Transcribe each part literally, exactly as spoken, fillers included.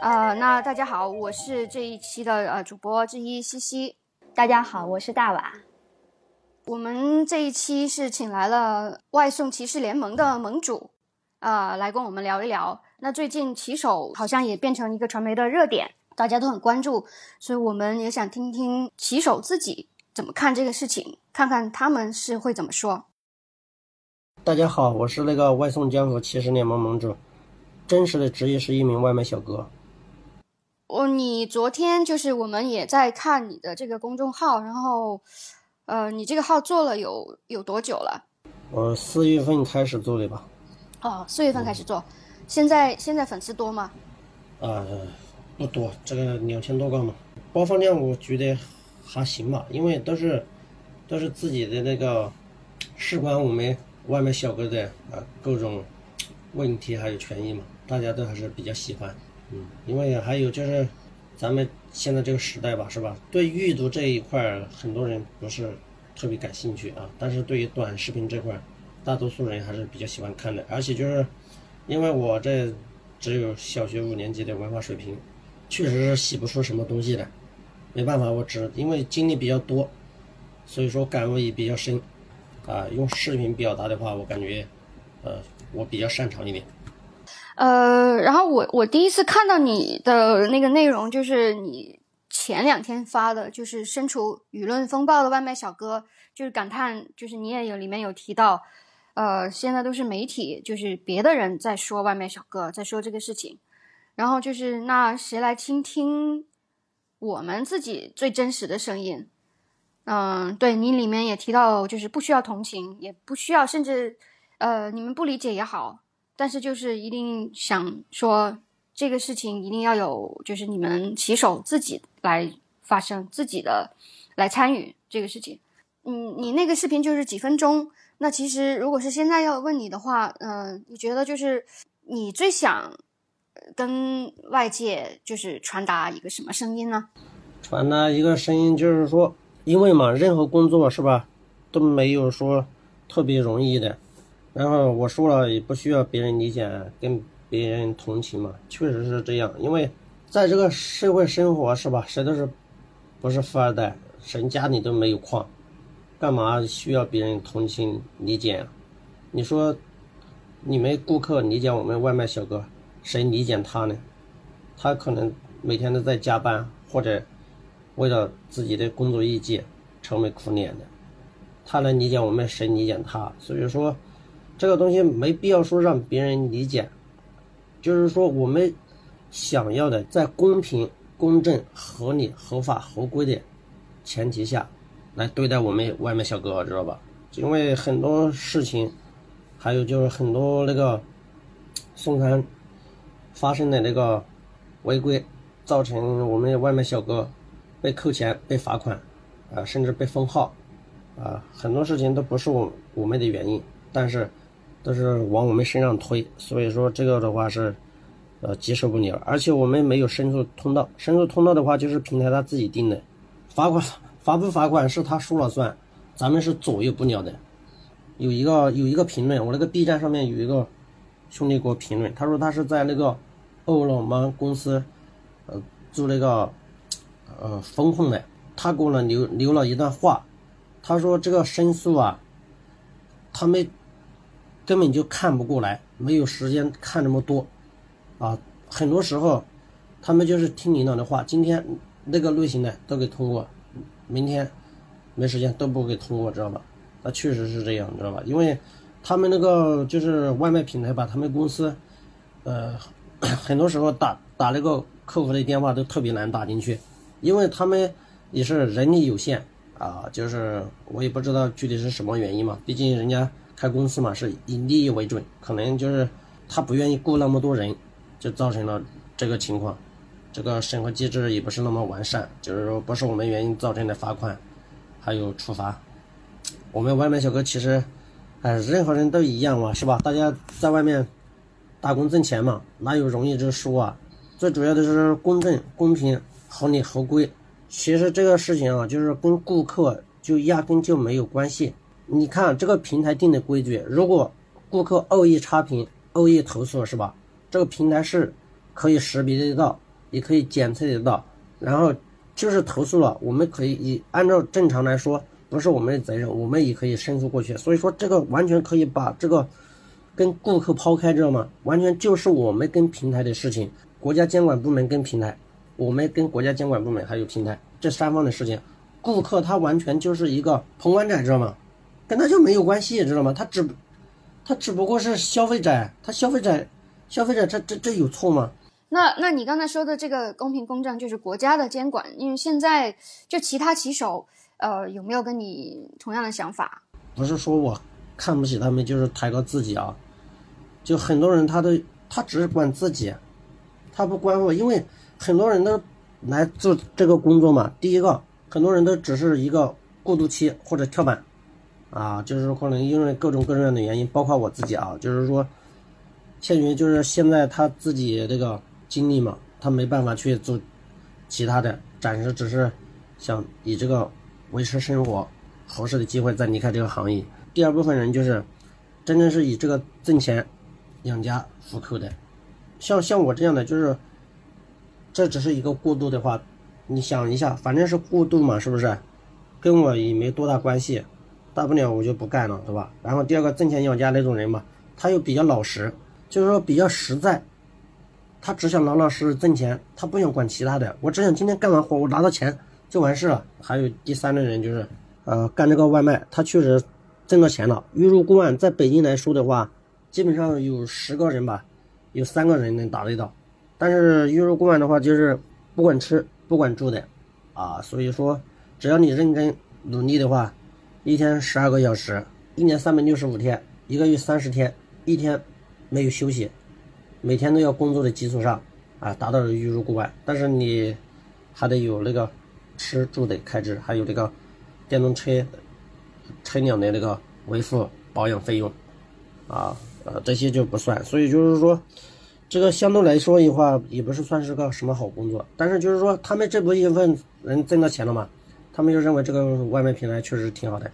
呃，那大家好，我是这一期的呃主播之一西西。 大家好，我是大瓦。 我们这一期是请来了外送骑士联盟的盟主，呃，来跟我们聊一聊。那最近骑手好像也变成一个传媒的热点，大家都很关注，所以我们也想听听骑手自己怎么看这个事情，看看他们是会怎么说。 大家好，我是那个外送江湖骑士联盟盟主，真实的职业是一名外卖小哥。 哦，你昨天就是我们也在看你的这个公众号，然后呃，你这个号做了有有多久了？ 我四月份开始做的吧。 哦，四月份开始做，嗯、现在现在粉丝多吗？ 啊、呃，不多，这个两千多个嘛。播放量我觉得还行吧，因为都是都是自己的那个事关我们外卖小哥的啊、呃、各种问题还有权益嘛，大家都还是比较喜欢。嗯，因为还有就是咱们现在这个时代吧，是吧？对阅读这一块很多人不是特别感兴趣啊，但是对于短视频这块，大多数人还是比较喜欢看的。而且就是因为我这只有小学五年级的文化水平，确实是写不出什么东西来，没办法，我只因为经历比较多，所以说感悟也比较深啊。用视频表达的话，我感觉呃我比较擅长一点。 呃，然后我我第一次看到你的那个内容，就是你前两天发的，就是身处舆论风暴的外卖小哥，就是感叹，就是你也有里面有提到，呃，现在都是媒体，就是别的人在说外卖小哥，在说这个事情，然后就是那谁来倾听我们自己最真实的声音？嗯，对，你里面也提到，就是不需要同情，也不需要，甚至呃，你们不理解也好。但是就是一定想说这个事情一定要有就是你们骑手自己来发声，自己的来参与这个事情。嗯，你那个视频就是几分钟，那其实如果是现在要问你的话，嗯、呃，你觉得就是你最想跟外界就是传达一个什么声音呢？ 传达一个声音就是说，因为嘛，任何工作是吧都没有说特别容易的。然后我说了，也不需要别人理解，跟别人同情嘛，确实是这样。因为在这个社会生活是吧，谁都是不是富二代，谁家里都没有矿，干嘛需要别人同情理解啊？你说你们顾客理解我们外卖小哥，谁理解他呢？他可能每天都在加班，或者为了自己的工作业绩愁眉苦脸的，他能理解我们，谁理解他？所以说这个东西没必要说让别人理解，就是说我们想要的在公平、公正、合理、合法、合规的前提下来对待我们外卖小哥，知道吧？因为很多事情，还有就是很多那个送餐发生的那个违规，造成我们外卖小哥被扣钱、被罚款啊，甚至被封号啊，很多事情都不是我我们的原因，但是都是往我们身上推，所以说这个的话是呃接受不了。而且我们没有申诉通道，申诉通道的话就是平台他自己定的，罚款罚不罚款是他说了算，咱们是左右不了的。有一个有一个评论，我那个 B 站上面有一个兄弟给我评论，他说他是在那个欧乐芒公司呃做那个呃风控的，他给我留留了一段话，他说这个申诉啊，他们根本就看不过来，没有时间看那么多啊，很多时候他们就是听领导的话，今天那个类型的都给通过，明天没时间都不给通过，知道吧？那确实是这样，知道吧？因为他们那个就是外卖平台吧，他们公司呃很多时候打打那个客服的电话都特别难打进去，因为他们也是人力有限啊，就是我也不知道具体是什么原因嘛，毕竟人家开公司嘛是以利益为准，可能就是他不愿意雇那么多人，就造成了这个情况。这个审核机制也不是那么完善，就是说不是我们原因造成的罚款还有处罚。我们外卖小哥其实哎，任何人都一样嘛，是吧？大家在外面打工挣钱嘛，哪有容易之说啊？最主要的是公正、公平、合理、合规。其实这个事情啊，就是跟顾客就压根就没有关系。你看这个平台定的规矩，如果顾客恶意差评、恶意投诉，是吧？这个平台是可以识别得到也可以检测得到，然后就是投诉了，我们可以以按照正常来说不是我们的责任，我们也可以申诉过去。所以说这个完全可以把这个跟顾客抛开，知道吗？完全就是我们跟平台的事情，国家监管部门跟平台，我们跟国家监管部门还有平台这三方的事情。顾客他完全就是一个旁观者，知道吗？跟他就没有关系，知道吗？他只他只不过是消费者，他消费者消费者这这这有错吗？ 那那你刚才说的这个公平公正就是国家的监管，因为现在就其他骑手呃有没有跟你同样的想法？ 不是说我看不起他们，就是抬高自己啊。就很多人他都他只是管自己，他不关我，因为很多人都来做这个工作嘛。第一个，很多人都只是一个过渡期或者跳板啊，就是可能因为各种各样的原因，包括我自己啊，就是说限于就是现在他自己这个经历嘛，他没办法去做其他的，暂时只是想以这个维持生活合适的机会再离开这个行业。第二部分人就是真正是以这个挣钱养家糊口的，像像我这样的，就是这只是一个过渡的话，你想一下，反正是过渡嘛，是不是？跟我也没多大关系，大不了我就不干了，对吧？然后第二个挣钱养家那种人嘛，他又比较老实，就是说比较实在，他只想老老实实挣钱，他不想管其他的，我只想今天干完活我拿到钱就完事了。还有第三类人就是呃干这个外卖，他确实挣到钱了，月入过万，在北京来说的话，基本上有十个人吧，有三个人能达得到。但是月入过万的话，就是不管吃不管住的啊，所以说只要你认真努力的话，一天十二个小时，一年三百六十五天，一个月三十天，一天没有休息，每天都要工作的基础上啊，达到月入过万。但是你还得有那个吃住的开支，还有这个电动车车辆的那个维护保养费用啊，呃，这些就不算。所以就是说，这个相对来说的话，也不是算是个什么好工作。但是就是说，他们这部分人挣到钱了嘛，他们就认为这个外卖平台确实挺好的。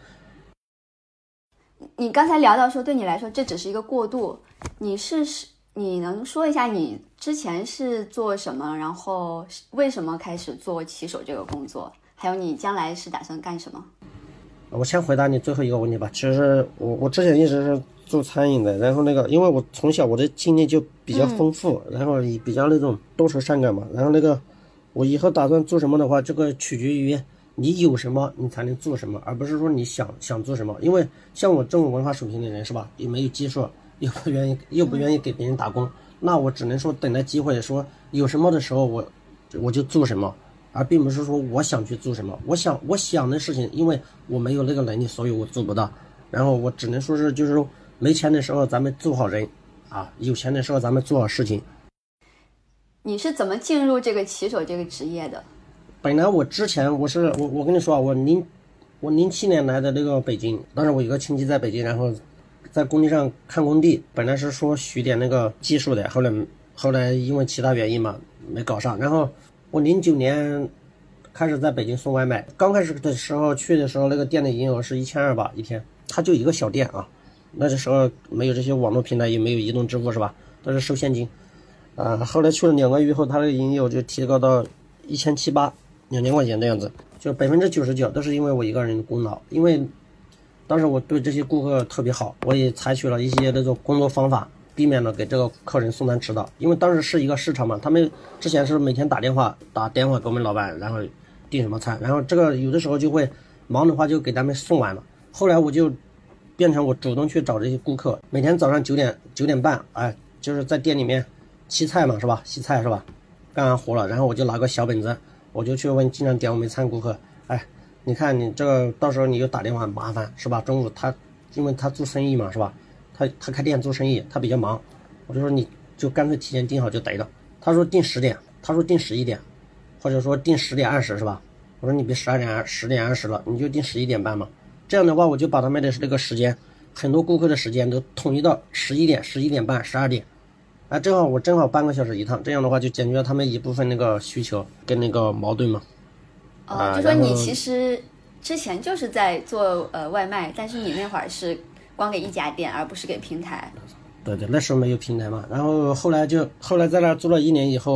你刚才聊到说，对你来说这只是一个过渡，你是你能说一下你之前是做什么，然后为什么开始做骑手这个工作，还有你将来是打算干什么？ 我先回答你最后一个问题吧。其实我我之前一直是做餐饮的，然后那个因为我从小我的经历就比较丰富，嗯、然后也比较那种多愁善感嘛。然后那个我以后打算做什么的话，这个取决于你有什么你才能做什么，而不是说你想想做什么。因为像我这种文化水平的人是吧，也没有技术，又不愿意又不愿意给别人打工，那我只能说等待机会，说有什么的时候我我就做什么。而并不是说我想去做什么，我想我想的事情，因为我没有那个能力，所以我做不到。然后我只能说是，就是说没钱的时候咱们做好人啊，有钱的时候咱们做好事情。 你是怎么进入这个骑手这个职业的？ 本来我之前我是我我跟你说啊，我零我零七年来的那个北京，当时我有个亲戚在北京，然后在工地上看工地，本来是说学点那个技术的，后来后来因为其他原因嘛没搞上，然后。我零九年开始在北京送外卖，刚开始的时候去的时候，那个店的营业额是一千二吧一天，它就一个小店啊。那时候没有这些网络平台，也没有移动支付是吧？都是收现金。啊、呃，后来去了两个月后，它的营业额就提高到一千七八，两千块钱这样子，就百分之九十九都是因为我一个人的功劳。因为当时我对这些顾客特别好，我也采取了一些那种工作方法。避免了给这个客人送餐迟到，因为当时是一个市场嘛，他们之前是每天打电话打电话给我们老板，然后订什么餐，然后这个有的时候就会忙的话就给他们送完了。后来我就变成我主动去找这些顾客，每天早上九点九点半，哎，就是在店里面沏菜嘛，是吧？洗菜是吧？干完活了，然后我就拿个小本子，我就去问经常点我们餐顾客，哎，你看你这个到时候你又打电话麻烦是吧？中午他因为他做生意嘛是吧？他他开店做生意，他比较忙，我就说你就干脆提前订好就得了。他说定十点，他说定十一点，或者说定十点二十是吧？我说你别十二点十点二十了，你就定十一点半嘛。这样的话，我就把他们的这个时间，很多顾客的时间都统一到十一点、十一点半、十二点，啊，正好我正好半个小时一趟，这样的话就解决了他们一部分那个需求跟那个矛盾嘛。 哦，啊、就说你其实之前就是在做呃外卖，但是你那会儿是。光给一家店，而不是给平台。 对对，那时候没有平台嘛。然后后来就后来在那做了一年以后，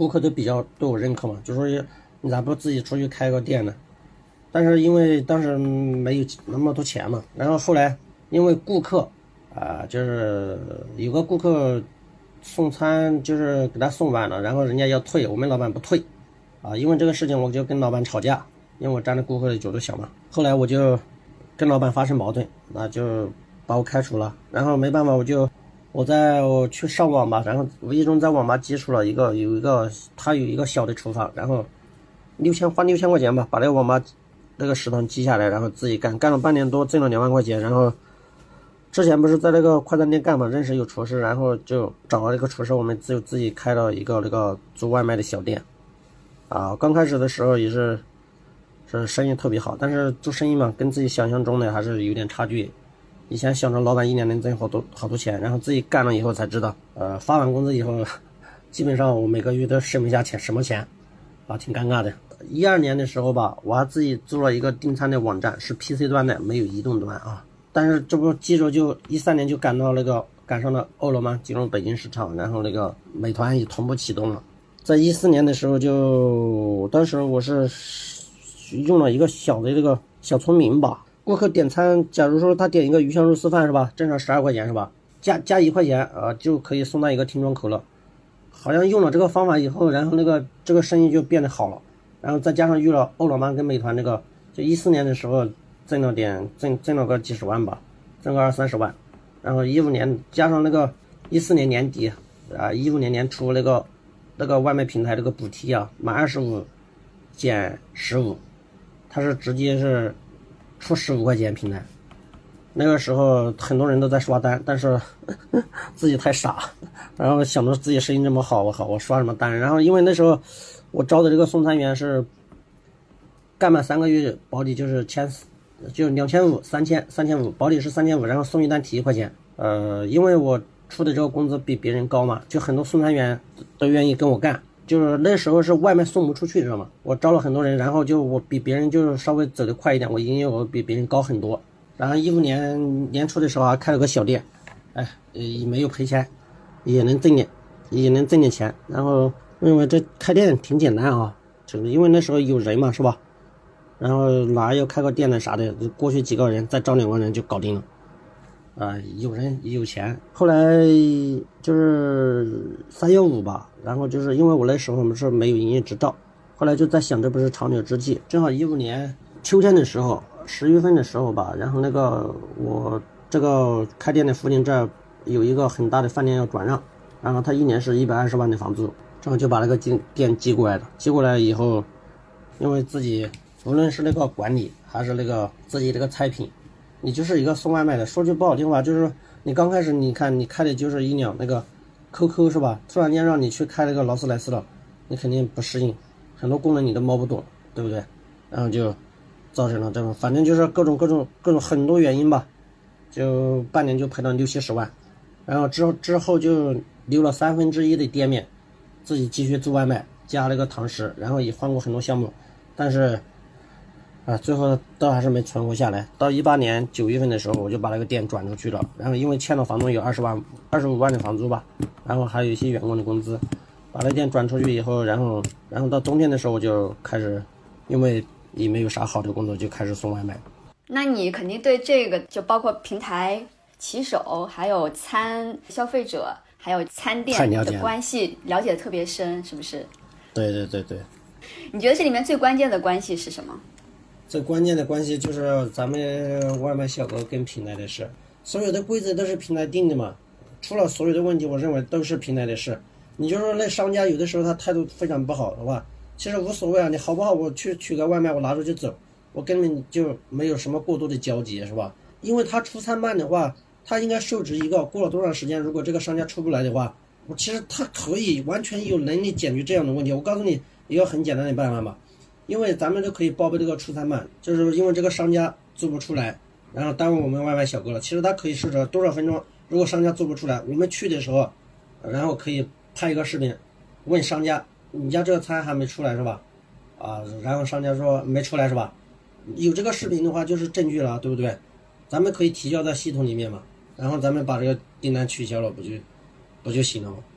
顾客都比较对我认可嘛，就说你咋不自己出去开个店呢？但是因为当时没有那么多钱嘛，然后后来因为顾客啊、呃，就是有个顾客送餐就是给他送晚了，然后人家要退，我们老板不退啊，因为这个事情我就跟老板吵架，因为我站在顾客的角度想嘛。后来我就跟老板发生矛盾，那就把我开除了。然后没办法，我就我在我去上网吧，然后无意中在网吧接触了一个有一个他有一个小的厨房，然后六千花六千块钱吧，把这个网吧这个食堂记下来，然后自己干，干了半年多，挣了两万块钱。然后之前不是在那个快餐店干嘛，认识有厨师，然后就找了一个厨师，我们就自己开了一个那个做外卖的小店。啊，刚开始的时候也是是生意特别好，但是做生意嘛，跟自己想象中的还是有点差距。以前想着老板一年能挣好多好多钱，然后自己干了以后才知道，呃，发完工资以后，基本上我每个月都剩不下钱，什么钱，啊，挺尴尬的。一二年的时候吧，我还自己做了一个订餐的网站，是 P C 端的，没有移动端啊。但是这不接着就一三年就赶到那个赶上了饿了么进入北京市场，然后那个美团也同步启动了。在一四年的时候就，当时我是用了一个小的这个小聪明吧，顾客点餐，假如说他点一个鱼香肉丝饭是吧，正常十二块钱是吧，加加一块钱啊、呃，就可以送到一个听装口了。好像用了这个方法以后，然后那个这个生意就变得好了，然后再加上遇了饿了么跟美团这个，就一四年的时候挣了点挣挣了个几十万吧，挣个二三十万，然后一五年加上那个一四年年底啊，一五年年初那个那个外卖平台这个补贴啊，满二十五减十五，它是直接是出十五块钱平台。那个时候很多人都在刷单，但是呵呵自己太傻，然后想着自己生意这么好，我好我刷什么单？然后因为那时候我招的这个送餐员是干满三个月保底就是千就两千五三千三千五保底是三千五，然后送一单提一块钱。呃，因为我出的这个工资比别人高嘛，就很多送餐员都愿意跟我干。就是那时候是外卖送不出去，知道吗？我招了很多人，然后就我比别人就是稍微走得快一点，我营业额比别人高很多。然后一五年年初的时候还开了个小店，哎，也没有赔钱，也能挣点，也能挣点钱。然后认为这开店挺简单啊，就是因为那时候有人嘛，是吧？然后哪要开个店的啥的，过去几个人再招两个人就搞定了。啊、呃，有人也有钱。后来就是三幺五吧，然后就是因为我那时候我们是没有营业执照，后来就在想这不是长久之计，正好一五年秋天的时候。十月份的时候吧，然后那个我这个开店的附近这儿有一个很大的饭店要转让，然后他一年是一百二十万的房租，正好就把那个店寄过来了。寄过来以后，因为自己无论是那个管理还是那个自己这个菜品，你就是一个送外卖的，说句不好听话，就是你刚开始你看你开的就是一辆那个 Q Q 是吧？突然间让你去开那个劳斯莱斯了，你肯定不适应，很多功能你都摸不懂，对不对？然后就造成了这种，反正就是各种各种各种很多原因吧，就半年就赔了六七十万，然后之后之后就留了三分之一的店面，自己继续做外卖，加了个堂食，然后也换过很多项目，但是啊，最后都还是没存活下来。到一八年九月份的时候，我就把那个店转出去了，然后因为欠了房东有二十万、二十五万的房租吧，然后还有一些员工的工资，把那店转出去以后，然后然后到冬天的时候我就开始，因为也没有啥好的工作，就开始送外卖。 那你肯定对这个就包括平台骑手还有餐消费者还有餐店的关系了解的特别深，是不是？ 对对对对。 你觉得这里面最关键的关系是什么？ 最关键的关系就是咱们外卖小哥跟平台的事，所有的规则都是平台定的嘛，出了所有的问题我认为都是平台的事。你就说那商家有的时候他态度非常不好的话，其实无所谓啊，你好不好我去取个外卖我拿着就走，我根本就没有什么过多的交集，是吧？因为他出餐慢的话，他应该受制一个过了多长时间，如果这个商家出不来的话，我其实他可以完全有能力解决这样的问题。我告诉你一个很简单的办法吧，因为咱们都可以报备这个出餐慢，就是因为这个商家做不出来，然后耽误我们外卖小哥了。其实他可以试着多少分钟，如果商家做不出来，我们去的时候，然后可以拍一个视频，问商家你家这个餐还没出来是吧？啊，然后商家说没出来是吧？有这个视频的话就是证据了，对不对？咱们可以提交在系统里面嘛，然后咱们把这个订单取消了，不就不就行了吗？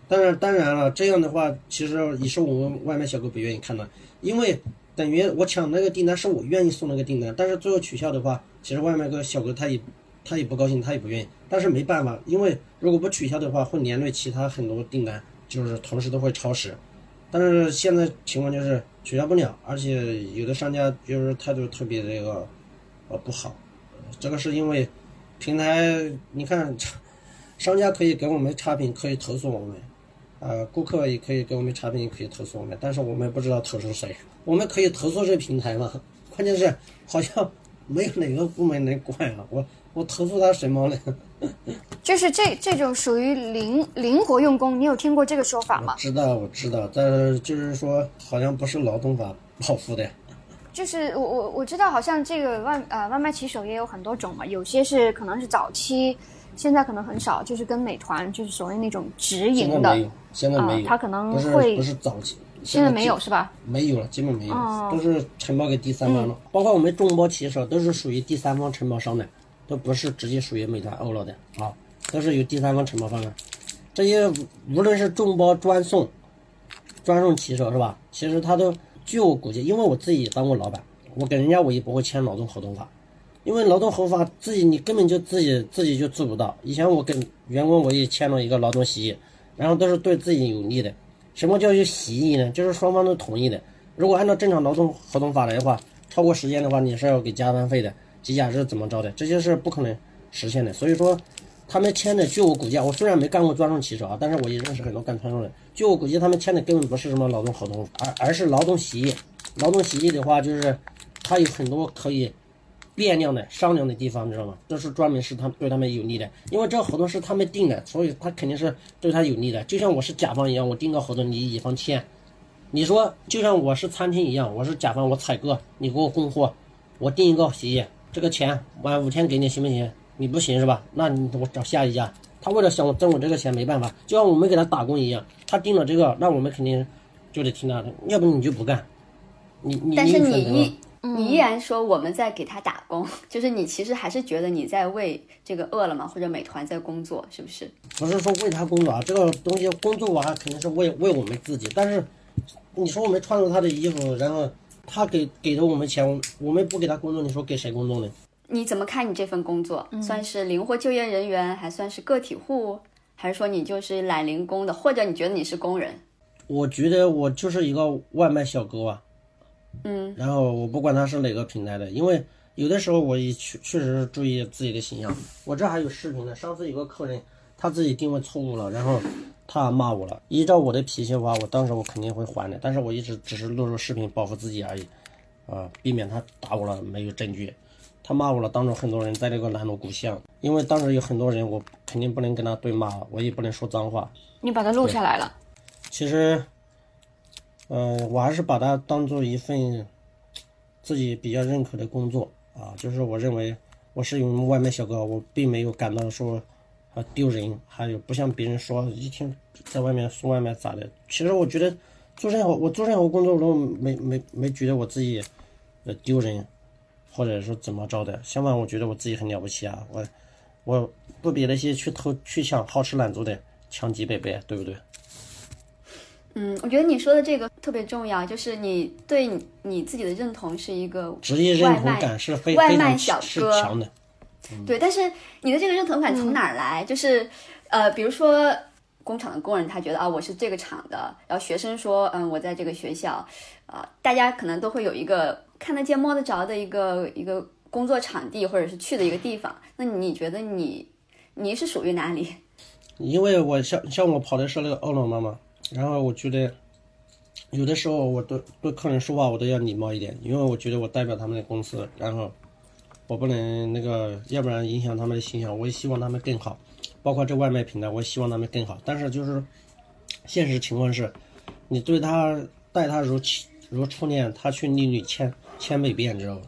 当然当然了，这样的话其实也是我们外卖小哥不愿意看的，因为等于我抢那个订单是我愿意送那个订单，但是最后取消的话，其实外卖哥小哥他也他也不高兴，他也不愿意，但是没办法，因为如果不取消的话，会连累其他很多订单，就是同时都会超时。但是现在情况就是取消不了，而且有的商家就是态度特别这个呃不好，这个是因为平台你看商家可以给我们差评，可以投诉我们，呃，顾客也可以给我们差评，也可以投诉我们，但是我们不知道投诉谁。我们可以投诉这平台吗？关键是好像没有哪个部门能管啊，我我投诉他什么呢？ 就是这这种属于灵灵活用工，你有听过这个说法吗？ 我知道我知道，但是就是说好像不是劳动法保护的。 就是我我我知道，好像这个外呃外卖骑手也有很多种嘛，有些是可能是早期，现在可能很少，就是跟美团就是所谓那种直营的， 现在没有，现在没有， 呃、他可能不是会不是早期， 现在没有是吧？ 没有了，基本没有， 哦、 都是承包给第三方了、嗯。包括我们众包骑手都是属于第三方承包商的，都不是直接属于美团欧了的啊，都是由第三方承包方的。这些无论是众包专送、专送骑手是吧？其实他都据我估计，因为我自己也当过老板，我跟人家我也不会签劳动合同法，因为劳动合同法自己你根本就自己自己就做不到。以前我跟员工我也签了一个劳动协议，然后都是对自己有利的。什么叫有协议呢？就是双方都同意的。如果按照正常劳动合同法来的话，超过时间的话，你是要给加班费的，节假日怎么着的，这些是不可能实现的。所以说，他们签的，据我估计，我虽然没干过专送骑手啊，但是我也认识很多干专送的。据我估计，他们签的根本不是什么劳动合同，而而是劳动协议。劳动协议的话，就是它有很多可以变量的商量的地方，你知道吗？这是专门是他对他们有利的，因为这个合同是他们定的，所以他肯定是对他有利的。就像我是甲方一样，我定个合同，你乙方签。你说就像我是餐厅一样，我是甲方，我采购，你给我供货，我定一个协议，这个钱晚五天给你行不行？你不行是吧？那你我找下一家。他为了想挣我这个钱没办法，就像我们给他打工一样，他定了这个，那我们肯定就得听他的，要不你就不干。你你但是你依你依然说我们在给他打工，就是你其实还是觉得你在为这个饿了么或者美团在工作，是不是？ 不是说为他工作啊，这个东西工作啊肯定是为为我们自己，但是你说我们穿着他的衣服，然后他给给了我们钱，我们不给他工作，你说给谁工作呢？ 你怎么看你这份工作？嗯、算是灵活就业人员，还算是个体户，还是说你就是懒零工的，或者你觉得你是工人？ 我觉得我就是一个外卖小哥啊。 嗯， 然后我不管他是哪个平台的，因为有的时候我也确确实是注意自己的形象。我这还有视频呢，上次有个客人他自己定位错误了，然后他骂我了。依照我的脾气的话，我当时我肯定会还的，但是我一直只是录入视频保护自己而已，啊、呃，避免他打我了没有证据。他骂我了，当着很多人在那个南锣鼓巷，因为当时有很多人，我肯定不能跟他对骂，我也不能说脏话。 你把它录下来了。 其实。呃，我还是把它当做一份自己比较认可的工作啊，就是我认为我是用外卖小哥，我并没有感到说啊丢人，还有不像别人说一天在外面送外卖咋的。其实我觉得做任何我做任何工作我都没没没觉得我自己呃丢人，或者说怎么着的，相反我觉得我自己很了不起啊，我我不比那些去偷去抢好吃懒做的强几百倍，对不对？ 嗯，我觉得你说的这个特别重要，就是你对你你自己的认同是一个职业认同感是非外卖小哥强的、 嗯，对。但是你的这个认同感从哪儿来？嗯、就是呃，比如说工厂的工人他觉得啊，我是这个厂的，然后学生说嗯，我在这个学校，啊、呃，大家可能都会有一个看得见摸得着的一个一个工作场地或者是去的一个地方。那你觉得你你是属于哪里？ 因为我像像我跑的是那个饿了么嘛。然后我觉得有的时候我对对客人说话我都要礼貌一点，因为我觉得我代表他们的公司，然后我不能那个要不然影响他们的形象，我也希望他们更好，包括这外卖平台我也希望他们更好。但是就是现实情况是你对他待他如如初恋，他去逆旅千千百遍，你知道吗？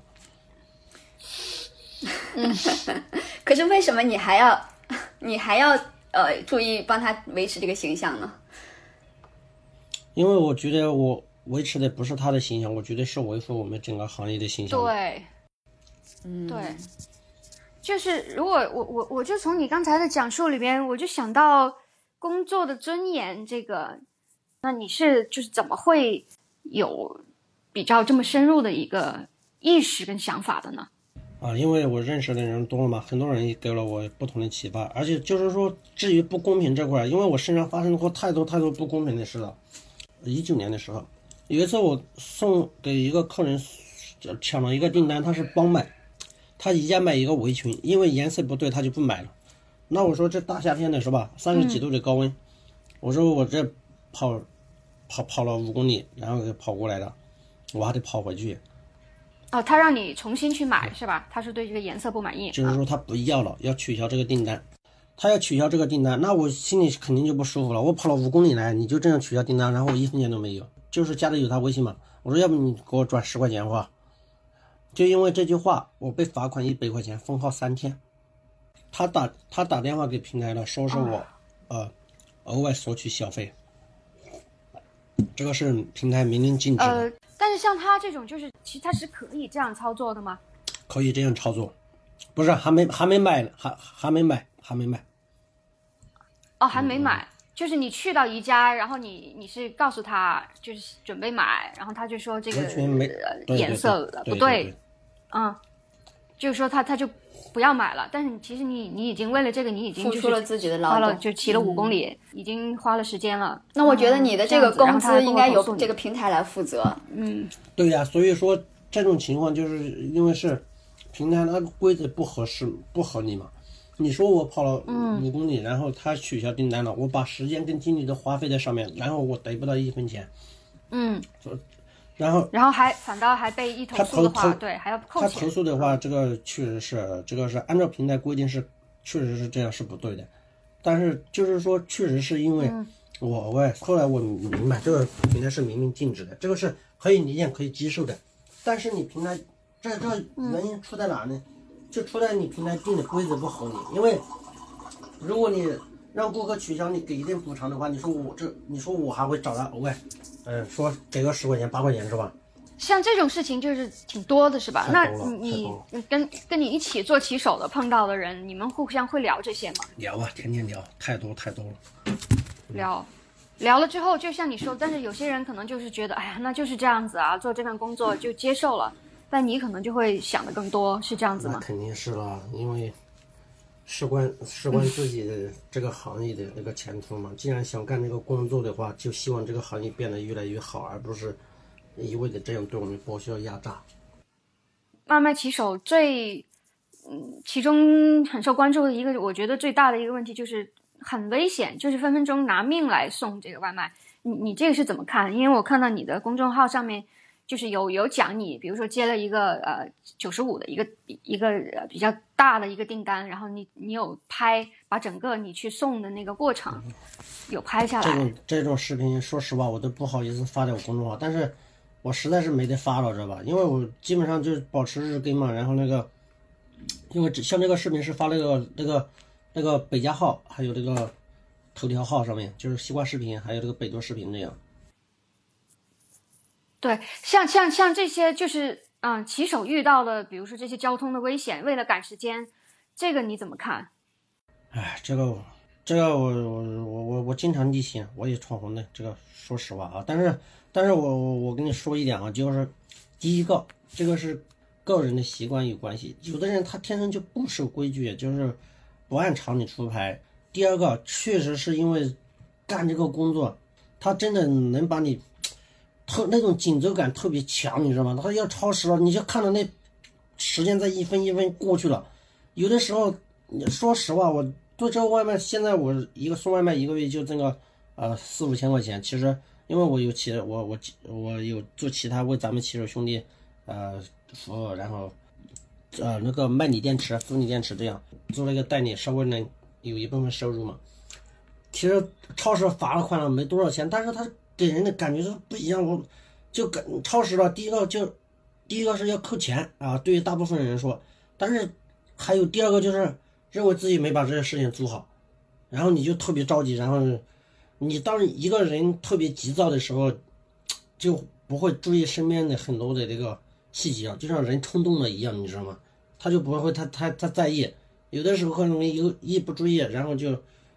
嗯，可是为什么你还要你还要呃注意帮他维持这个形象呢？ 因为我觉得我维持的不是他的形象，我觉得是维护我们整个行业的形象。 对， 嗯， 对，就是如果我我我就从你刚才的讲述里边，我就想到， 工作的尊严这个，那你是就是怎么会有比较这么深入的一个意识跟想法的呢？ 啊，因为我认识的人多了嘛，很多人也给了我不同的启发，而且就是说，至于不公平这块，因为我身上发生过太多太多不公平的事了。一九年的时候，有一次我送给一个客人抢了一个订单，他是帮买，他宜家买一个围裙，因为颜色不对，他就不买了。那我说这大夏天的是吧，三十几度的高温，嗯、我说我这跑跑跑了五公里，然后给跑过来的，我还得跑回去。 哦，他让你重新去买是吧？他是对这个颜色不满意， 就是说他不要了，要取消这个订单。他要取消这个订单，那我心里肯定就不舒服了。我跑了五公里来，你就这样取消订单，然后我一分钱都没有。就是加的有他微信嘛，我说要不你给我转十块钱话，就因为这句话，我被罚款一百块钱，封号三天。他打他打电话给平台了，说是我、哦、呃额外索取小费，这个是平台明令禁止的。 呃，但是像他这种，就是其实他是可以这样操作的吗？ 可以这样操作，不是还没还没买，还还没买，还没买。 哦，还没买，嗯、就是你去到宜家，然后你你是告诉他就是准备买，然后他就说这个颜色不对，嗯，就是说他他就不要买了。但是其实你你已经为了这个你已经、就是、 付出了自己的劳动， 就骑了五公里、嗯，已经花了时间了。 那我觉得你的这个工资应该由这个平台来负责。 嗯， 对呀、啊，所以说这种情况就是因为是平台那个规则不合适不合理嘛。你说我跑了五公里、嗯，然后他取消订单了，我把时间跟精力都花费在上面，然后我得不到一分钱。 嗯， 然后然后还反倒还被一投诉的话，对，还要扣钱。 他投诉的话，这个确实是这个是按照平台规定是，确实是这样是不对的。但是就是说，确实是因为我我后来我明白这个平台是明令禁止的，这个是可以理解可以接受的。但是你平台这这原因出在哪呢？嗯，就出来你平台定的规则不合理，因为如果你让顾客取消，你给一定补偿的话，你说我这，你说我还会找他额外，嗯、呃，说给个十块钱、八块钱是吧？ 像这种事情就是挺多的，是吧？那你你跟跟你一起做骑手的碰到的人，你们互相会聊这些吗？ 聊啊，天天聊，太多太多了。 聊，聊了之后，就像你说，但是有些人可能就是觉得，哎呀，那就是这样子啊，做这份工作就接受了。但你可能就会想的更多，是这样子吗？ 那肯定是了，因为事关事关自己的这个行业的那个前途嘛。既然想干这个工作的话，就希望这个行业变得越来越好，而不是一味的这样对我们剥削压榨。 外卖骑手最，嗯，其中很受关注的一个，我觉得最大的一个问题就是很危险，就是分分钟拿命来送这个外卖。你你这个是怎么看？因为我看到你的公众号上面。就是有有讲你，比如说接了一个呃九十五的一个一个呃比较大的一个订单，然后你你有拍把整个你去送的那个过程有拍下来。 这种这种视频，说实话我都不好意思发在我公众号，但是我实在是没得发了，知道吧？因为我基本上就是保持日更嘛，然后那个，因为像这个视频是发那个那个那个北家号，还有这个头条号上面，就是西瓜视频，还有这个北多视频这样。 对，像像像这些就是嗯，骑手遇到的，比如说这些交通的危险，为了赶时间，这个你怎么看？ 哎，这个这个我我我我我经常逆行，我也闯红灯，这个说实话啊，但是但是我我我跟你说一点啊，就是第一个，这个是个人的习惯有关系，有的人他天生就不守规矩，就是不按常理出牌。第二个，确实是因为干这个工作，他真的能把你。特那种紧张感特别强，你知道吗？他要超时了，你就看到那时间在一分一分过去了。有的时候，说实话，我做这个外卖，现在我一个送外卖一个月就挣个呃四五千块钱。其实因为我有其我我我有做其他为咱们骑手兄弟呃服务，然后呃那个卖锂电池、扶锂电池这样做了一个代理，稍微能有一部分收入嘛。其实超时罚了款了没多少钱，但是他。给人的感觉是不一样，我就感超时了。第一个就，第一个是要扣钱啊，对于大部分人说，但是还有第二个就是认为自己没把这件事情做好，然后你就特别着急，然后你当一个人特别急躁的时候，就不会注意身边的很多的这个细节啊，就像人冲动了一样，你知道吗？他就不会他他他在意，有的时候可能一一不注意，然后就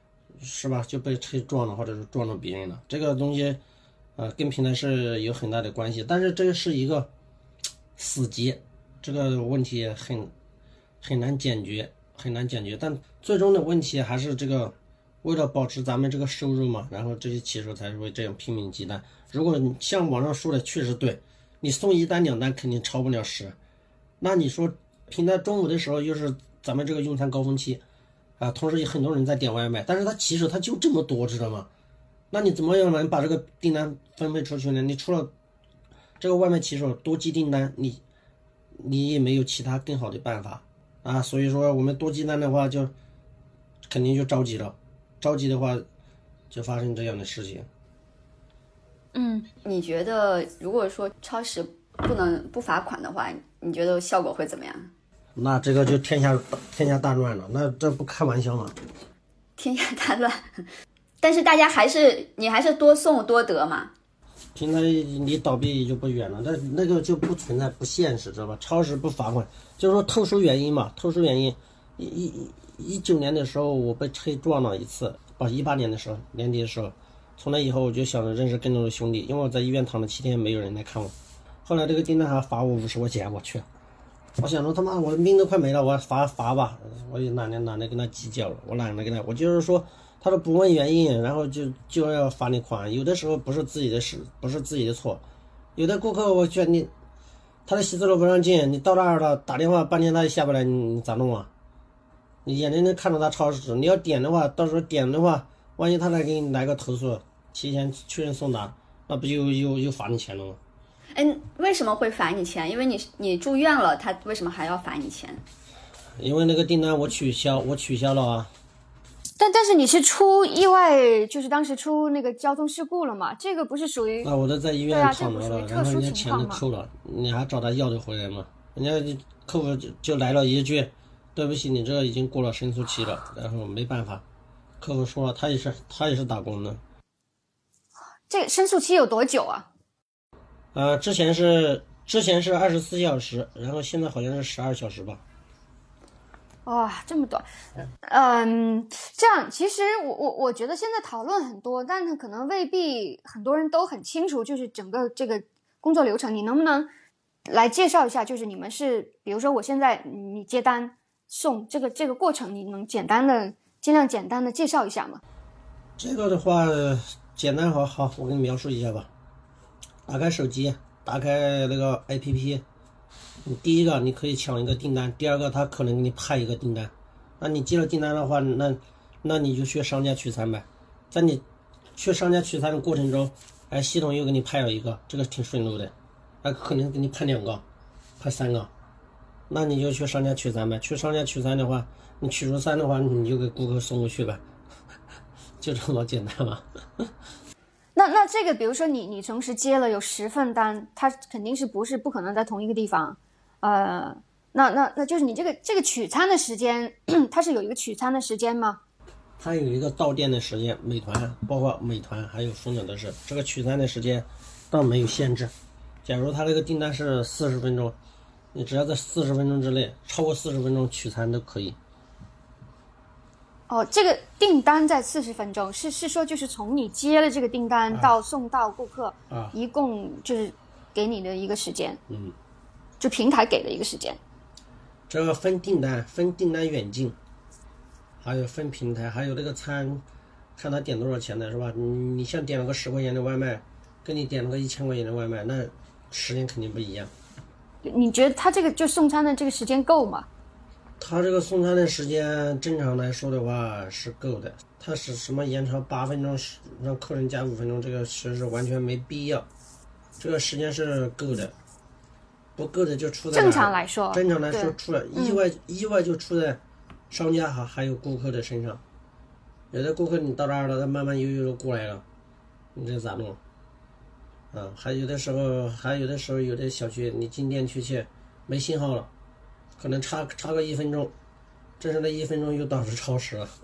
是吧？就被车撞了，或者是撞到别人了，这个东西，呃，跟平台是有很大的关系。但是这个是一个死结，这个问题很很难解决，很难解决。但最终的问题还是这个，为了保持咱们这个收入嘛，然后这些骑手才会这样拼命积单。如果你像网上说的确实对，你送一单两单肯定超不了十，那你说平台中午的时候又是咱们这个用餐高峰期。啊，同时有很多人在点外卖，但是他骑手他就这么多，知道吗？那你怎么样能把这个订单分配出去呢？你除了这个外卖骑手多寄订单，你你也没有其他更好的办法啊。所以说我们多寄单的话就，就肯定就着急了，着急的话就发生这样的事情。 嗯，你觉得如果说超时不能不罚款的话，你觉得效果会怎么样？ 那这个就天下天下大乱了，那这不开玩笑吗？ 天下大乱，但是大家还是你还是多送多得嘛。 平台离倒闭也就不远了，但那个就不存在不现实，知道吧？超时不罚款，就是说特殊原因嘛，特殊原因。一一一九年的时候我被车撞了一次，哦，一八年的时候年底的时候，从那以后我就想着认识更多的兄弟，因为我在医院躺了七天，没有人来看我。后来这个订单还罚我五十块钱，我去。我想说他妈我命都快没了，我罚罚吧，我也懒得懒得跟他计较了，我懒得跟他，我就是说，他说不问原因，然后就就要罚你款，有的时候不是自己的事，不是自己的错，有的顾客我觉得你，他的写字楼不让进，你到那儿了打电话半天他也下不来，你你咋弄啊？你眼睁睁看着他超时，你要点的话，到时候点的话，万一他来给你来个投诉，提前确认送达，那不就又又罚你钱了吗？ 哎，为什么会罚你钱？因为你你住院了，他为什么还要罚你钱？ 因为那个订单我取消，我取消了啊。 但但是你是出意外，就是当时出那个交通事故了嘛？这个不是属于那我都在医院躺着了， 啊、 然后人家钱都扣了，你还找他要得回来吗？人家客服就就来了一句，对不起，你这个已经过了申诉期了，然后没办法，客服说了，他也是他也是打工的。 这申诉期有多久啊？ 呃，之前是之前是二十四小时，然后现在好像是十二小时吧。 哇、哦，这么短。嗯，这样其实我我我觉得现在讨论很多，但是可能未必很多人都很清楚，就是整个这个工作流程，你能不能来介绍一下？就是你们是，比如说我现在你接单送这个这个过程，你能简单的尽量简单的介绍一下吗？ 这个的话，简单好好，我给你描述一下吧。打开手机，打开那个 A P P， 你第一个你可以抢一个订单，第二个他可能给你派一个订单，那你接了订单的话，那那你就去商家取餐呗。在你去商家取餐的过程中，哎，系统又给你派了一个，这个挺顺路的，哎，可能给你派两个，派三个，那你就去商家取餐呗。去商家取餐的话，你取出餐的话，你就给顾客送过去呗，就这么简单嘛。 那那这个，比如说你你同时接了有十份单，它肯定是不是不可能在同一个地方，呃，那那那就是你这个这个取餐的时间，它是有一个取餐的时间吗？ 它有一个到店的时间，美团包括美团还有蜂鸟都是这个取餐的时间，倒没有限制。假如他这个订单是四十分钟，你只要在四十分钟之内，超过四十分钟取餐都可以。 哦，这个订单在四十分钟，是是说就是从你接了这个订单到送到顾客， 啊， 一共就是给你的一个时间， 嗯， 就平台给的一个时间。 这个分订单，分订单远近，还有分平台，还有这个餐，看他点多少钱的是吧？你你像点了个十块钱的外卖，跟你点了个一千块钱的外卖，那时间肯定不一样。 你觉得他这个就送餐的这个时间够吗？ 他这个送餐的时间正常来说的话是够的，他是什么延长八分钟，让客人加五分钟，这个其实是完全没必要，这个时间是够的，不够的就出在正常来说， 正常来说出来意外、嗯、意外就出在商家还还有顾客的身上，有的顾客你到这儿了，他慢慢悠悠的过来了，你这咋弄？啊，还有的时候还有的时候有的小区你进店去去没信号了。可能差差个一分钟，正是那一分钟又导致超时了。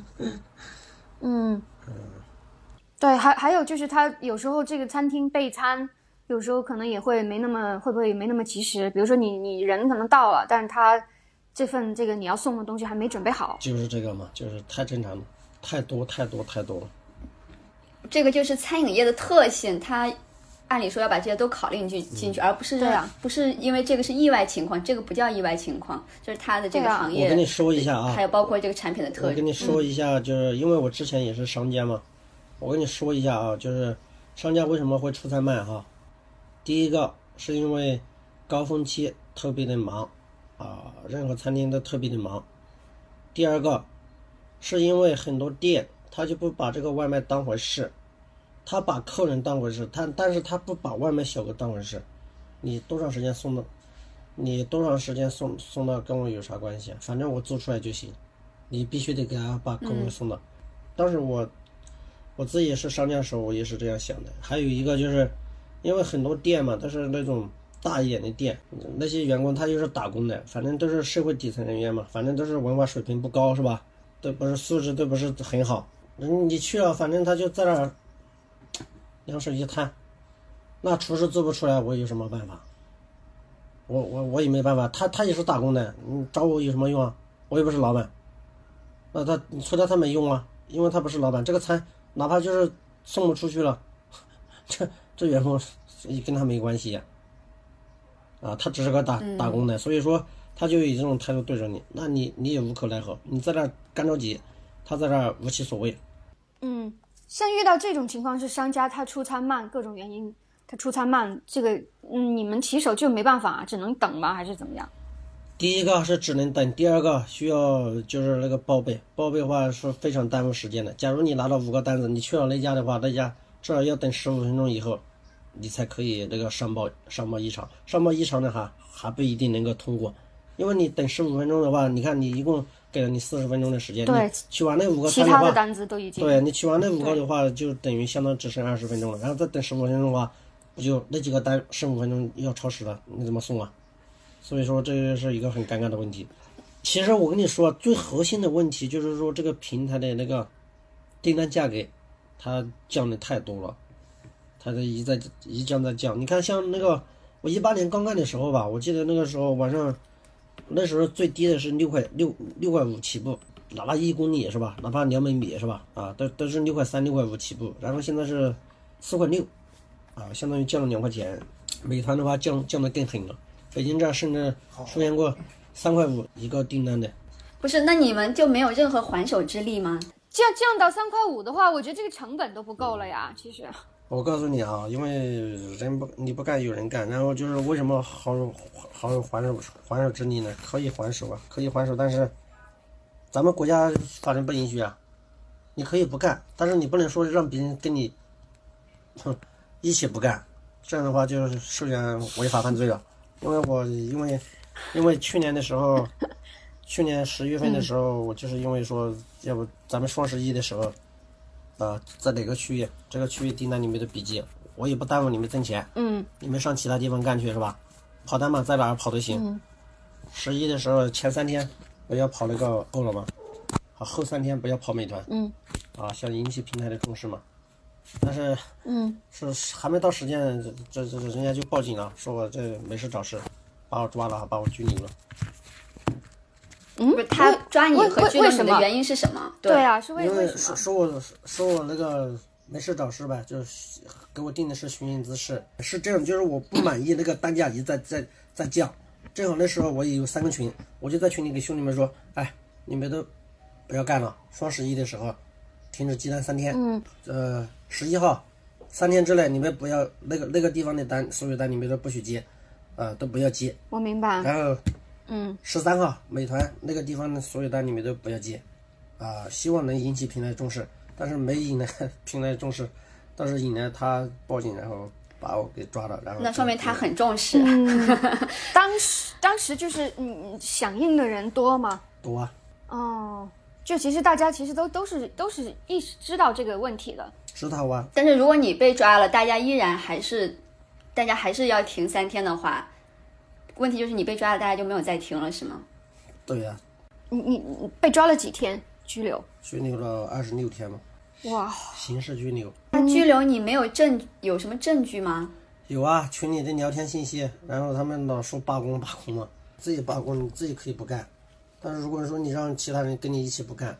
嗯，对，还还有就是他有时候这个餐厅备餐，有时候可能也会没那么会不会没那么及时？比如说你你人可能到了，但是他这份这个你要送的东西还没准备好。 就是这个嘛，就是太正常了。 太多太多太多了。 这个就是餐饮业的特性，它按理说要把这些都考虑进进去， 嗯、 而不是、 啊、 不是因为这个是意外情况，这个不叫意外情况，就是它的这个行业。 我跟你说一下啊， 还有包括这个产品的特性。 我跟你说一下，就是因为我之前也是商家嘛，我跟你说一下啊，就是商家为什么会出餐慢哈？第一个是因为高峰期特别的忙啊，任何餐厅都特别的忙。第二个是因为很多店他就不把这个外卖当回事，他把客人当回事，他但是他不把外卖小哥当回事。你多长时间送到，你多长时间送送到跟我有啥关系？反正我做出来就行，你必须得给他把客人送到。嗯、当时我我自己也是商家的时候，我也是这样想的。还有一个就是，因为很多店嘛都是那种大一点的店，那些员工他就是打工的，反正都是社会底层人员嘛，反正都是文化水平不高是吧？都不是素质都不是很好。你去了，反正他就在那儿两手一摊，那厨师做不出来，我有什么办法？我我我也没办法，他他也是打工的，你找我有什么用啊？我也不是老板，那他你说他他没用啊，因为他不是老板，这个餐哪怕就是送不出去了，这这员工也跟他没关系呀、啊，啊，他只是个打打工的，所以说他就以这种态度对着你，那你你也无可奈何，你在那干着急，他在那无其所谓。 嗯，像遇到这种情况是商家他出餐慢，各种原因他出餐慢，这个嗯，你们骑手就没办法，只能等吗？还是怎么样？ 第一个是只能等，第二个需要就是那个报备，报备的话是非常耽误时间的。假如你拿到五个单子，你去了那家的话，那家至少要等十五分钟以后，你才可以那个上报上报异常，上报异常的话还不一定能够通过，因为你等十五分钟的话，你看你一共给了你四十分钟的时间， 对， 取完那五个其他的单子都已经， 对你取完那五个的话，就等于相当只剩二十分钟了，然后再等十五分钟的话，不就那几个单十五分钟要超时了，你怎么送啊？所以说这是一个很尴尬的问题。其实我跟你说，最核心的问题就是说这个平台的那个订单价格，它降的太多了，它的一在一降再降。你看像那个我一八年刚干的时候吧，我记得那个时候晚上，那时候最低的是六块六六块五起步，哪怕一公里是吧，哪怕两百米是吧，啊，都都是六块三六块五起步，然后现在是四块六，啊，相当于降了两块钱。美团的话降降的更狠了。北京这儿甚至出现过三块五一个订单的。 不是，那你们就没有任何还手之力吗？ 降降到三块五的话，我觉得这个成本都不够了呀。其实， 我告诉你啊，因为人不你不干有人干，然后就是为什么好好有还手还手之力呢？可以还手啊，可以还手，但是咱们国家法律不允许啊。你可以不干，但是你不能说让别人跟你，哼，一起不干，这样的话就是涉嫌违法犯罪了。因为我因为因为去年的时候，去年十月份的时候，嗯、我就是因为说，要不咱们双十一的时候，啊、呃，在哪个区域，这个区域订单你们的笔记，我也不耽误你们挣钱， 嗯， 你们上其他地方干去是吧？跑单嘛，在哪儿跑都行。 嗯、 十一的时候前三天我要跑那个饿了么，好后三天不要跑美团， 嗯， 啊，想引起平台的重视嘛。但是， 嗯， 是还没到时间，这这这人家就报警了，说我这没事找事，把我抓了，把我拘留了。 嗯，他抓你和拘留你的原因是什么？ 对啊，是为因为什么？ 说我说我那个没事找事呗，就是给我定的是寻衅滋事，是这样，就是我不满意那个单价一再再再降，正好那时候我也有三个群，我就在群里给兄弟们说，哎，你们都不要干了，双十一的时候停止接单三天， 嗯， 呃。十一号，三天之内你们不要那个那个地方的单，所有单你们都不许接，啊、呃，都不要接。 我明白。 然后， 嗯， 十三号美团那个地方的所有单你们都不要接，啊、呃，希望能引起平台重视，但是没引来平台重视，倒是引来他报警，然后把我给抓了，然后那说明他很重视。 嗯、当时当时就是嗯响应的人多吗？ 多啊。 哦，就其实大家其实都都是都是意识知道这个问题的。 知道啊。 但是如果你被抓了，大家依然还是，大家还是要停三天的话，问题就是你被抓了，大家就没有再停了，是吗？ 对呀、啊。 你你你被抓了几天？拘留？ 拘留了二十六天嘛。 哇。 刑事拘留。 那拘留你没有证，有什么证据吗？ 有啊，群里的聊天信息，然后他们老说罢工罢工嘛，自己罢工你自己可以不干，但是如果说你让其他人跟你一起不干，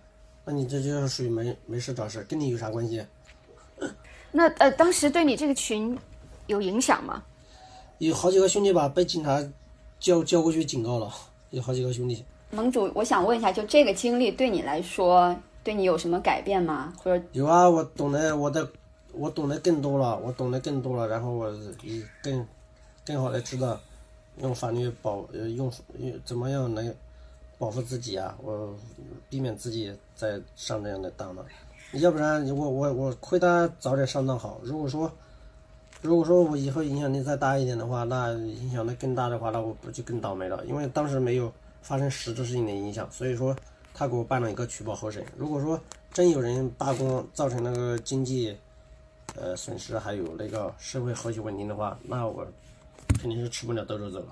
那你这就是属于没没事找事，跟你有啥关系？ 那呃，当时对你这个群有影响吗？ 有好几个兄弟吧，被警察叫叫过去警告了，有好几个兄弟。 盟主，我想问一下，就这个经历对你来说，对你有什么改变吗？或者有啊，我懂得我的我懂得更多了，我懂得更多了，然后我更更好的知道用法律保呃用用怎么样能保护自己啊，我避免自己再上这样的当了。要不然我我我亏他早点上当好。如果说如果说我以后影响力再大一点的话，那影响的更大的话，那我不就更倒霉了？因为当时没有发生实质性的影响，所以说他给我办了一个取保候审。如果说真有人罢工造成那个经济呃损失，还有那个社会和谐稳定的话，那我肯定是吃不了兜着走了。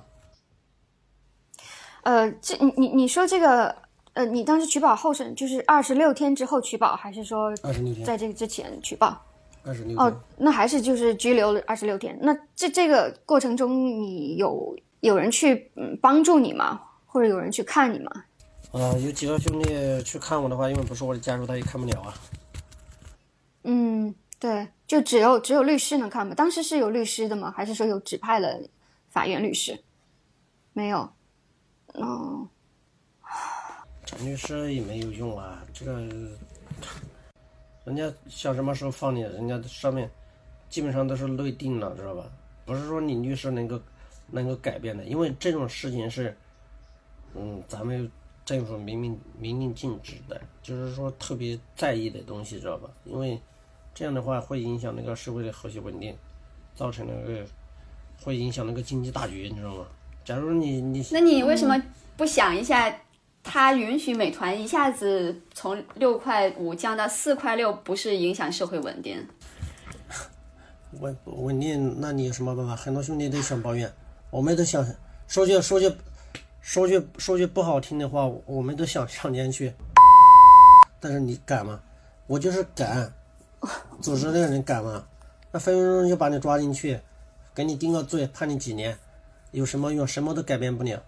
呃，这你你你说这个呃，你当时取保候审就是二十六天之后取保，还是说二十六天在这个之前取保？ 二十六天哦，那还是就是拘留了二十六天。那这这个过程中，你有有人去嗯帮助你吗？或者有人去看你吗？ 啊、呃，有几个兄弟去看我的话，因为不是我的家属，他也看不了啊。 嗯，对，就只有只有律师能看吗？当时是有律师的吗？还是说有指派了法院律师？没有。哦， 找律师也没有用啊，这个人家想什么时候放你，人家上面基本上都是内定了，知道吧？不是说你律师能够能够改变的，因为这种事情是，嗯，咱们政府明明明令禁止的，就是说特别在意的东西，知道吧？因为这样的话会影响那个社会的和谐稳定，造成那个会影响那个经济大局，你知道吗？假如你你那你为什么不想一下？它允许美团一下子从六块五降到四块六，不是影响社会稳定？ 稳稳定，那你有什么办法？很多兄弟都想抱怨，我们都想说句说句说句说句不好听的话，我们都想上监去，但是你敢吗？我就是敢，组织的人敢吗？那分分钟就把你抓进去，给你定个罪，判你几年，有什么用？什么都改变不了。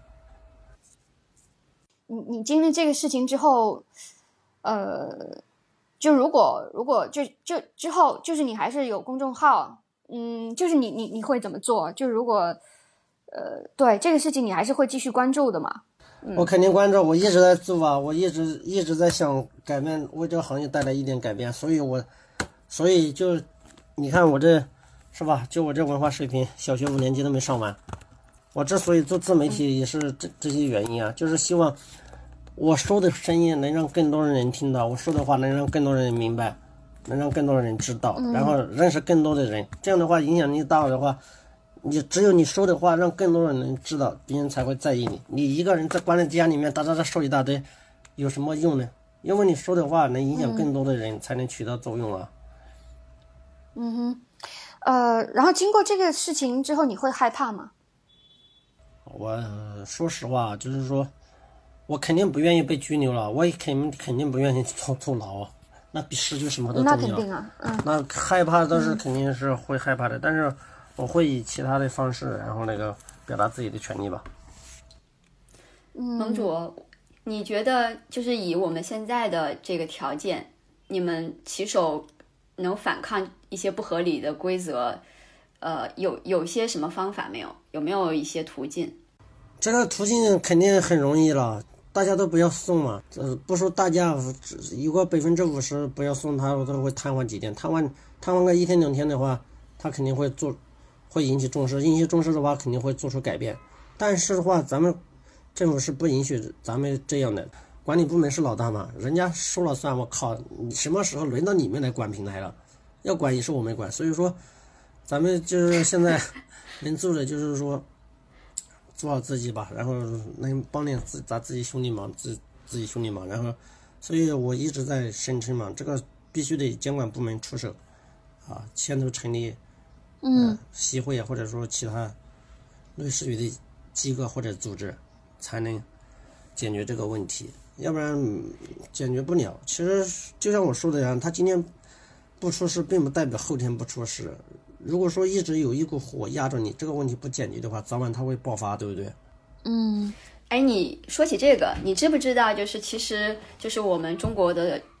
你你经历这个事情之后，呃，就如果如果就就之后就是你还是有公众号，嗯，就是你你你会怎么做？就如果呃对这个事情你还是会继续关注的嘛？嗯、 我肯定关注，我一直在做啊，我一直一直在想改变，为这个行业带来一点改变，所以我所以就你看我这是吧？就我这文化水平，小学五年级都没上完。我之所以做自媒体也是这这些原因啊，就是希望我说的声音能让更多人听到，我说的话能让更多人明白，能让更多人知道，然后认识更多的人。这样的话，影响力大的话，你只有你说的话让更多人能知道，别人才会在意你。你一个人在关在家里面哒哒哒说一大堆，有什么用呢？因为你说的话能影响更多的人，才能起到作用啊。 嗯哼，呃，然后经过这个事情之后，你会害怕吗？ 我说实话，就是说，我肯定不愿意被拘留了，我也肯肯定不愿意坐坐牢，那比失去什么都重要。 那肯定啊，嗯， 那害怕倒是肯定是会害怕的，嗯、但是我会以其他的方式，然后那个表达自己的权利吧。 嗯，盟主，你觉得就是以我们现在的这个条件，你们骑手能反抗一些不合理的规则？呃，有有些什么方法没有？有没有一些途径？ 这个途径肯定很容易了，大家都不要送嘛。呃，不说大家有个百分之五十不要送他，我都会瘫痪几天，瘫痪瘫痪个一天两天的话，他肯定会做，会引起重视，引起重视的话肯定会做出改变。但是的话，咱们政府是不允许咱们这样的，管理部门是老大嘛，人家说了算。我靠，你什么时候轮到你们来管平台了？要管也是我们管，所以说。咱们就是现在能做的就是说做好自己吧，然后能帮点自咱自己兄弟忙，自自己兄弟忙，然后所以我一直在声称嘛，这个必须得监管部门出手啊，牵头成立嗯协会或者说其他类似于的机构或者组织，才能解决这个问题，要不然解决不了。其实就像我说的一样，他今天不出事，并不代表后天不出事。如果说一直有一股火压着你，这个问题不解决的话，早晚它会爆发，对不对？ 嗯， 哎，你说起这个，你知不知道，就是其实就是我们中国的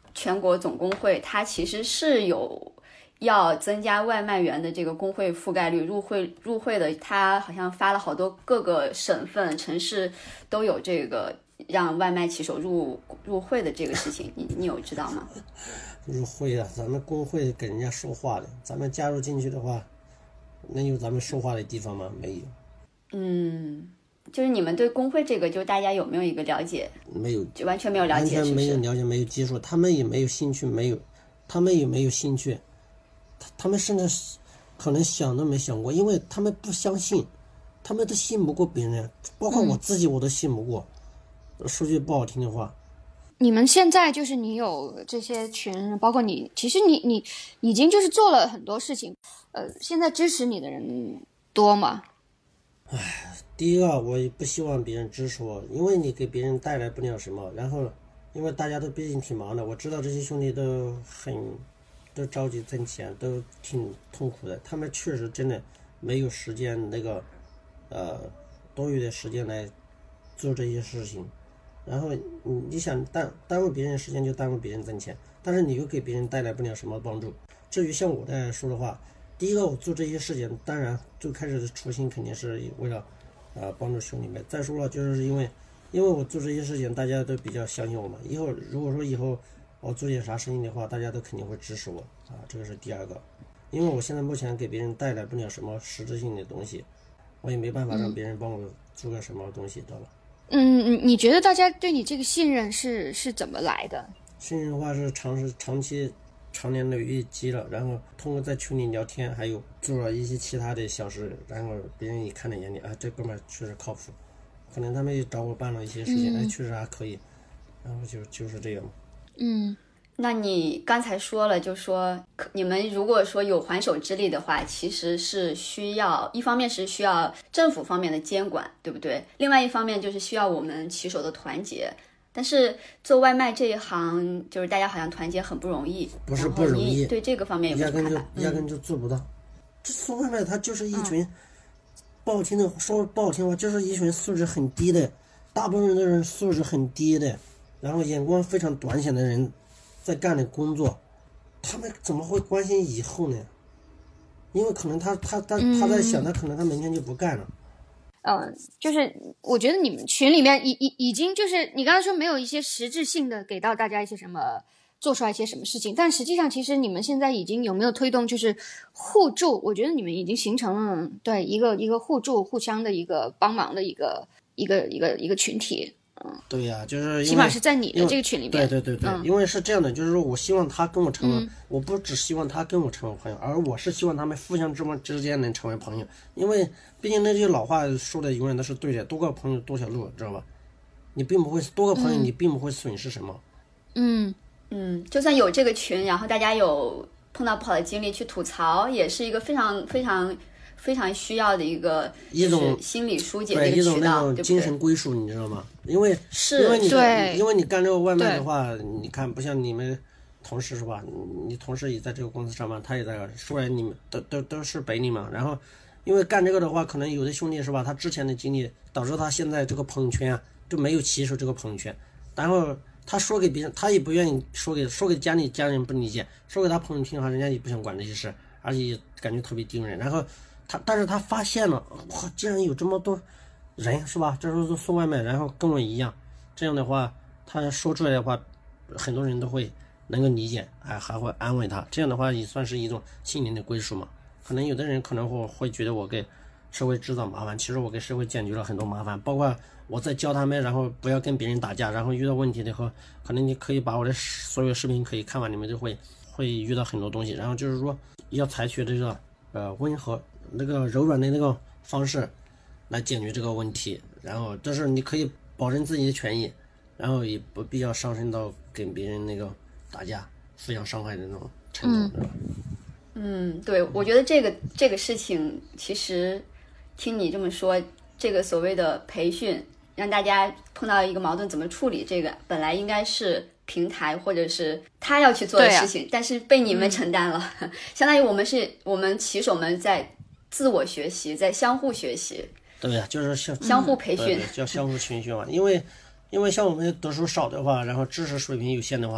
全国总工会它其实是有要增加外卖员的这个工会覆盖率，入会入会的，它好像发了好多各个省份城市都有这个让外卖骑手入入会的这个事情，你你有知道吗？ 入会啊，咱们工会给人家说话的，咱们加入进去的话，能有咱们说话的地方吗？没有。 嗯，就是你们对工会这个，就大家有没有一个了解？ 没有， 就完全没有了解， 完全没有是不是？ 了解，没有接触，他们也没有兴趣，没有，他们也没有兴趣，他他们甚至可能想都没想过，因为他们不相信，他们都信不过别人，包括我自己我都信不过。嗯、说句不好听的话。 你们现在就是你有这些群，包括你，其实你你已经就是做了很多事情，呃，现在支持你的人多吗？ 唉，第一个我也不希望别人支持我，因为你给别人带来不了什么。然后，因为大家都毕竟挺忙的，我知道这些兄弟都很都着急挣钱，都挺痛苦的。他们确实真的没有时间那个呃多余的时间来做这些事情。然后你你想耽耽误别人时间就耽误别人挣钱，但是你又给别人带来不了什么帮助。至于像我来说的话，第一个我做这些事情，当然最开始的初心肯定是为了呃帮助兄弟们。再说了，就是因为因为我做这些事情，大家都比较相信我嘛。以后如果说以后我做点啥生意的话，大家都肯定会支持我啊，这个是第二个。因为我现在目前给别人带来不了什么实质性的东西，我也没办法让别人帮我做个什么东西，知道吧？ 嗯，你觉得大家对你这个信任是是怎么来的？ 信任的话是长时长期长年累月积了，然后通过在群里聊天，还有做了一些其他的小事，然后别人一看在眼里啊，这哥们儿确实靠谱，可能他们也找我办了一些事情，嗯、哎，确实还可以，然后就就是这样。 嗯。 那你刚才说了，就说你们如果说有还手之力的话，其实是需要，一方面是需要政府方面的监管，对不对？另外一方面就是需要我们骑手的团结。但是做外卖这一行，就是大家好像团结很不容易。 不是不容易， 对这个方面有什么看法？ 压根就做不到。嗯、这送外卖他就是一群，嗯、不好听的说不好听的话，就是一群素质很低的，大部分的人素质很低的，然后眼光非常短浅的人。在干的工作，他们怎么会关心以后呢？因为可能他他他他在想，他可能他明天就不干了。 嗯、呃，就是我觉得你们群里面已已已经就是你刚才说没有一些实质性的给到大家一些什么做出来一些什么事情，但实际上其实你们现在已经有没有推动就是互助？我觉得你们已经形成了对一个一个互助、互相的一个帮忙的一个一个一个一个群体。 对呀、啊，就是起码是在你的这个群里面。 对对对对、嗯，因为是这样的，就是说我希望他跟我成为、 嗯， 我不只希望他跟我成为朋友，而我是希望他们互相之间之间能成为朋友。因为毕竟那句老话说的永远都是对的，多个朋友多条路，知道吧？你并不会多个朋友，你并不会损失什么。 嗯嗯，就算有这个群，然后大家有碰到不好的经历去吐槽，也是一个非常非常。非常需要的一个一种心理疏解的一个渠道， 对，一种精神归属，你知道吗？因为是因为你对， 因为你干这个外卖的话，你看不像你们同事是吧？你同事也在这个公司上班，他也在，出来你们都都都是北你嘛。然后因为干这个的话，可能有的兄弟是吧？他之前的经历导致他现在这个朋友圈啊就没有骑手这个朋友圈，然后他说给别人，他也不愿意说给说给家里家人不理解，说给他朋友听的话，人家也不想管这些事，而且感觉特别丢人。然后。他但是他发现了，哇，竟然有这么多人是吧？这时候送外卖，然后跟我一样，这样的话，他说出来的话，很多人都会能够理解，还还会安慰他。这样的话也算是一种心灵的归属嘛。可能有的人可能会会觉得我给社会制造麻烦，其实我给社会解决了很多麻烦，包括我在教他们，然后不要跟别人打架，然后遇到问题的话，可能你可以把我的所有视频可以看完，你们就会会遇到很多东西。然后就是说要采取这个呃温和。那个柔软的那个方式来解决这个问题，然后但是你可以保证自己的权益，然后也不必要上升到跟别人那个打架互相伤害的那种程度，对吧？ 嗯，对，我觉得这个这个事情其实听你这么说，这个所谓的培训让大家碰到一个矛盾怎么处理，这个本来应该是平台或者是他要去做的事情、啊、但是被你们承担了、嗯、相当于我们是我们骑手们在自我学习，在相互学习。 对呀、啊，就是相相互培训， 叫相互培训嘛。因为因为像我们读书少的话，然后知识水平有限的话，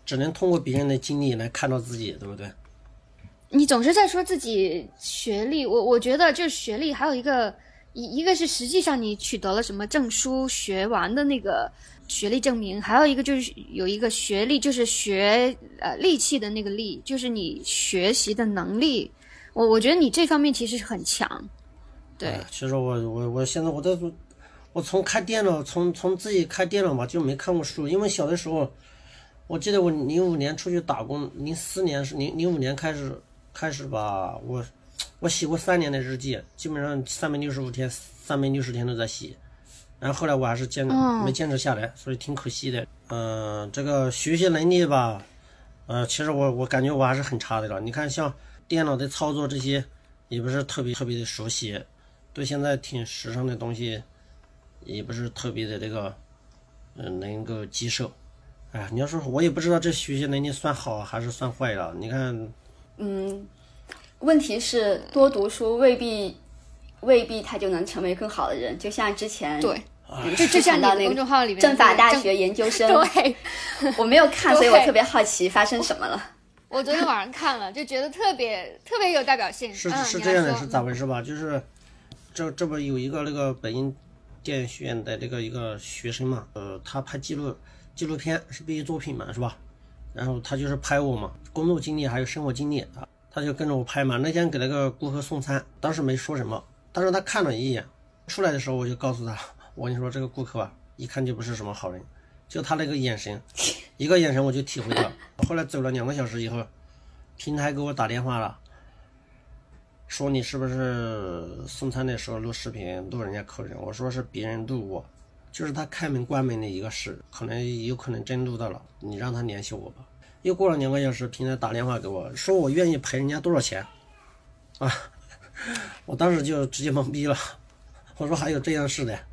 只能通过别人的经历来看到自己，对不对？ 你总是在说自己学历，我我觉得就是学历还有一个一一个是实际上你取得了什么证书学完的那个学历证明，还有一个就是有一个学历就是学呃力气的那个力，就是你学习的能力。我我觉得你这方面其实很强。对、 哎，其实我我我现在我都我从开电脑从从自己开电脑嘛就没看过书，因为小的时候我记得我零五年出去打工，零四年是零零五年开始开始吧，我我写过三年的日记，基本上三百六十五天三百六十天都在写，然后后来我还是坚持、嗯、没坚持下来，所以挺可惜的。嗯、呃，这个学习能力吧，呃，其实我我感觉我还是很差的了。你看像电脑的操作这些也不是特别特别的熟悉，对现在挺时尚的东西也不是特别的这个嗯、呃、能够接受。哎，你要说我也不知道这学习能力算好还是算坏了。你看， 嗯，问题是多读书未必未必他就能成为更好的人，就像之前对，就就像你的公众号里面政法大学研究生， 对， 我没有看，所以我特别好奇发生什么了。 我昨天晚上看了，就觉得特别特别有代表性。 是嗯、 是这样的，是咋回事吧？就是这这不有一个那个北京电影学院的这个一个学生嘛，呃，他拍纪录纪录片是毕业作品嘛，是吧？然后他就是拍我嘛，工作经历还有生活经历啊，他就跟着我拍嘛。那天给那个顾客送餐，当时没说什么，但是他看了一眼，出来的时候我就告诉他，我跟你说这个顾客啊，一看就不是什么好人。就他那个眼神，一个眼神我就体会到。后来走了两个小时以后，平台给我打电话了，说你是不是送餐的时候录视频录人家客人？我说是别人录我，就是他开门关门的一个事，可能有可能真录到了，你让他联系我吧。又过了两个小时，平台打电话给我，说我愿意赔人家多少钱啊？我当时就直接懵逼了，我说还有这样事的。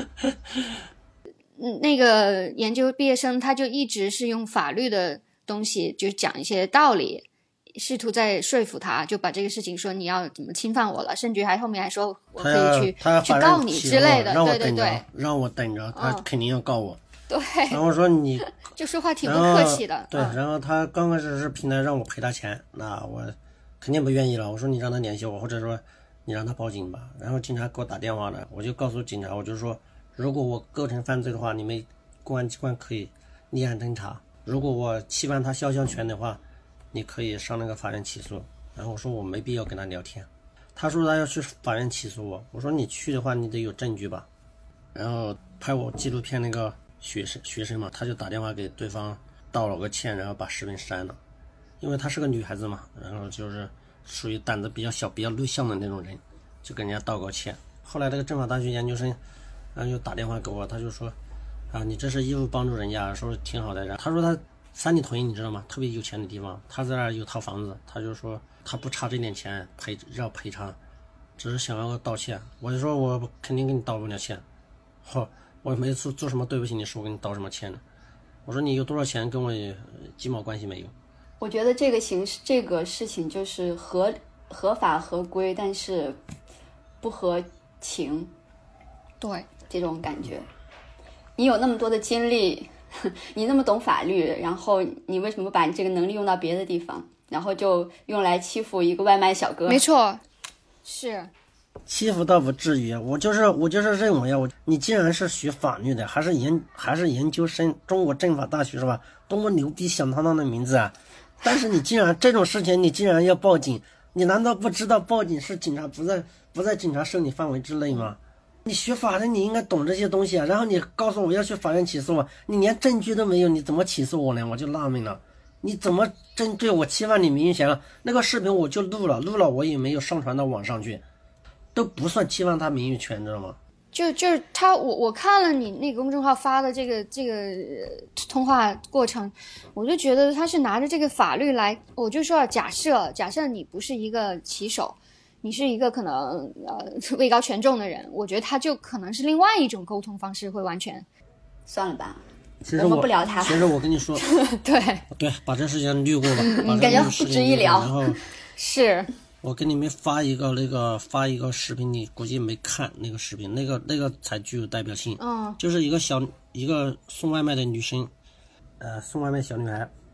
那个研究毕业生他就一直是用法律的东西就讲一些道理，试图在说服他，就把这个事情说你要怎么侵犯我了，甚至还后面还说我可以去去告你之类的，对对对， 让我等着，他肯定要告我。 对， 然后我说你就说话挺不客气的。 对、 嗯， 然后他刚开始是平台让我赔他钱，那我肯定不愿意了。我说你让他联系我，或者说你让他报警吧。然后警察给我打电话了，我就告诉警察，我就说如果我构成犯罪的话，你们公安机关可以立案侦查；如果我侵犯他肖像权的话，你可以上那个法院起诉。然后我说我没必要跟他聊天，他说他要去法院起诉我，我说你去的话你得有证据吧。然后拍我纪录片那个学生学生嘛，他就打电话给对方道了个歉，然后把视频删了，因为她是个女孩子嘛，然后就是属于胆子比较小比较内向的那种人，就跟人家道个歉。后来这个政法大学研究生然后就打电话给我，他就说啊你这是义务帮助人家，说挺好的。然后他说他三里屯你知道吗，特别有钱的地方，他在那儿有套房子，他就说他不差这点钱赔要赔偿，只是想要道歉。我就说我肯定给你道不了歉，呵，我没做做什么对不起你事，我给你道什么歉呢？我说你有多少钱跟我鸡毛关系没有。 我觉得这个形式这个事情就是合合法合规，但是不合情， 对这种感觉。你有那么多的精力，你那么懂法律，然后你为什么把你这个能力用到别的地方，然后就用来欺负一个外卖小哥？ 没错，是欺负倒不至于，我就是我就是认为啊，我你既然是学法律的，还是研还是研究生，中国政法大学是吧？多么牛逼响当当的名字啊！但是你既然这种事情，你既然要报警，你难道不知道报警是警察不在不在警察受理范围之内吗？你学法的你应该懂这些东西啊，然后你告诉我要去法院起诉我，你连证据都没有，你怎么起诉我呢？我就纳闷了，你怎么针对我侵犯你名誉权了？那个视频我就录了，录了我也没有上传到网上去，都不算侵犯他名誉权，知道吗？ 就就是他，我我看了你那个公众号发的这个这个、呃、通话过程，我就觉得他是拿着这个法律来，我就说假设假设你不是一个骑手，你是一个可能呃位高权重的人，我觉得他就可能是另外一种沟通方式，会完全算了吧。 其实我我们不聊他。 其实我跟你说， 对对，把这事情捋过吧， 嗯，感觉不值一聊。 然后是。 我给你们发一个那个发一个视频，你估计没看那个视频，那个那个才具有代表性。 嗯， 就是一个小一个送外卖的女生，呃，送外卖小女孩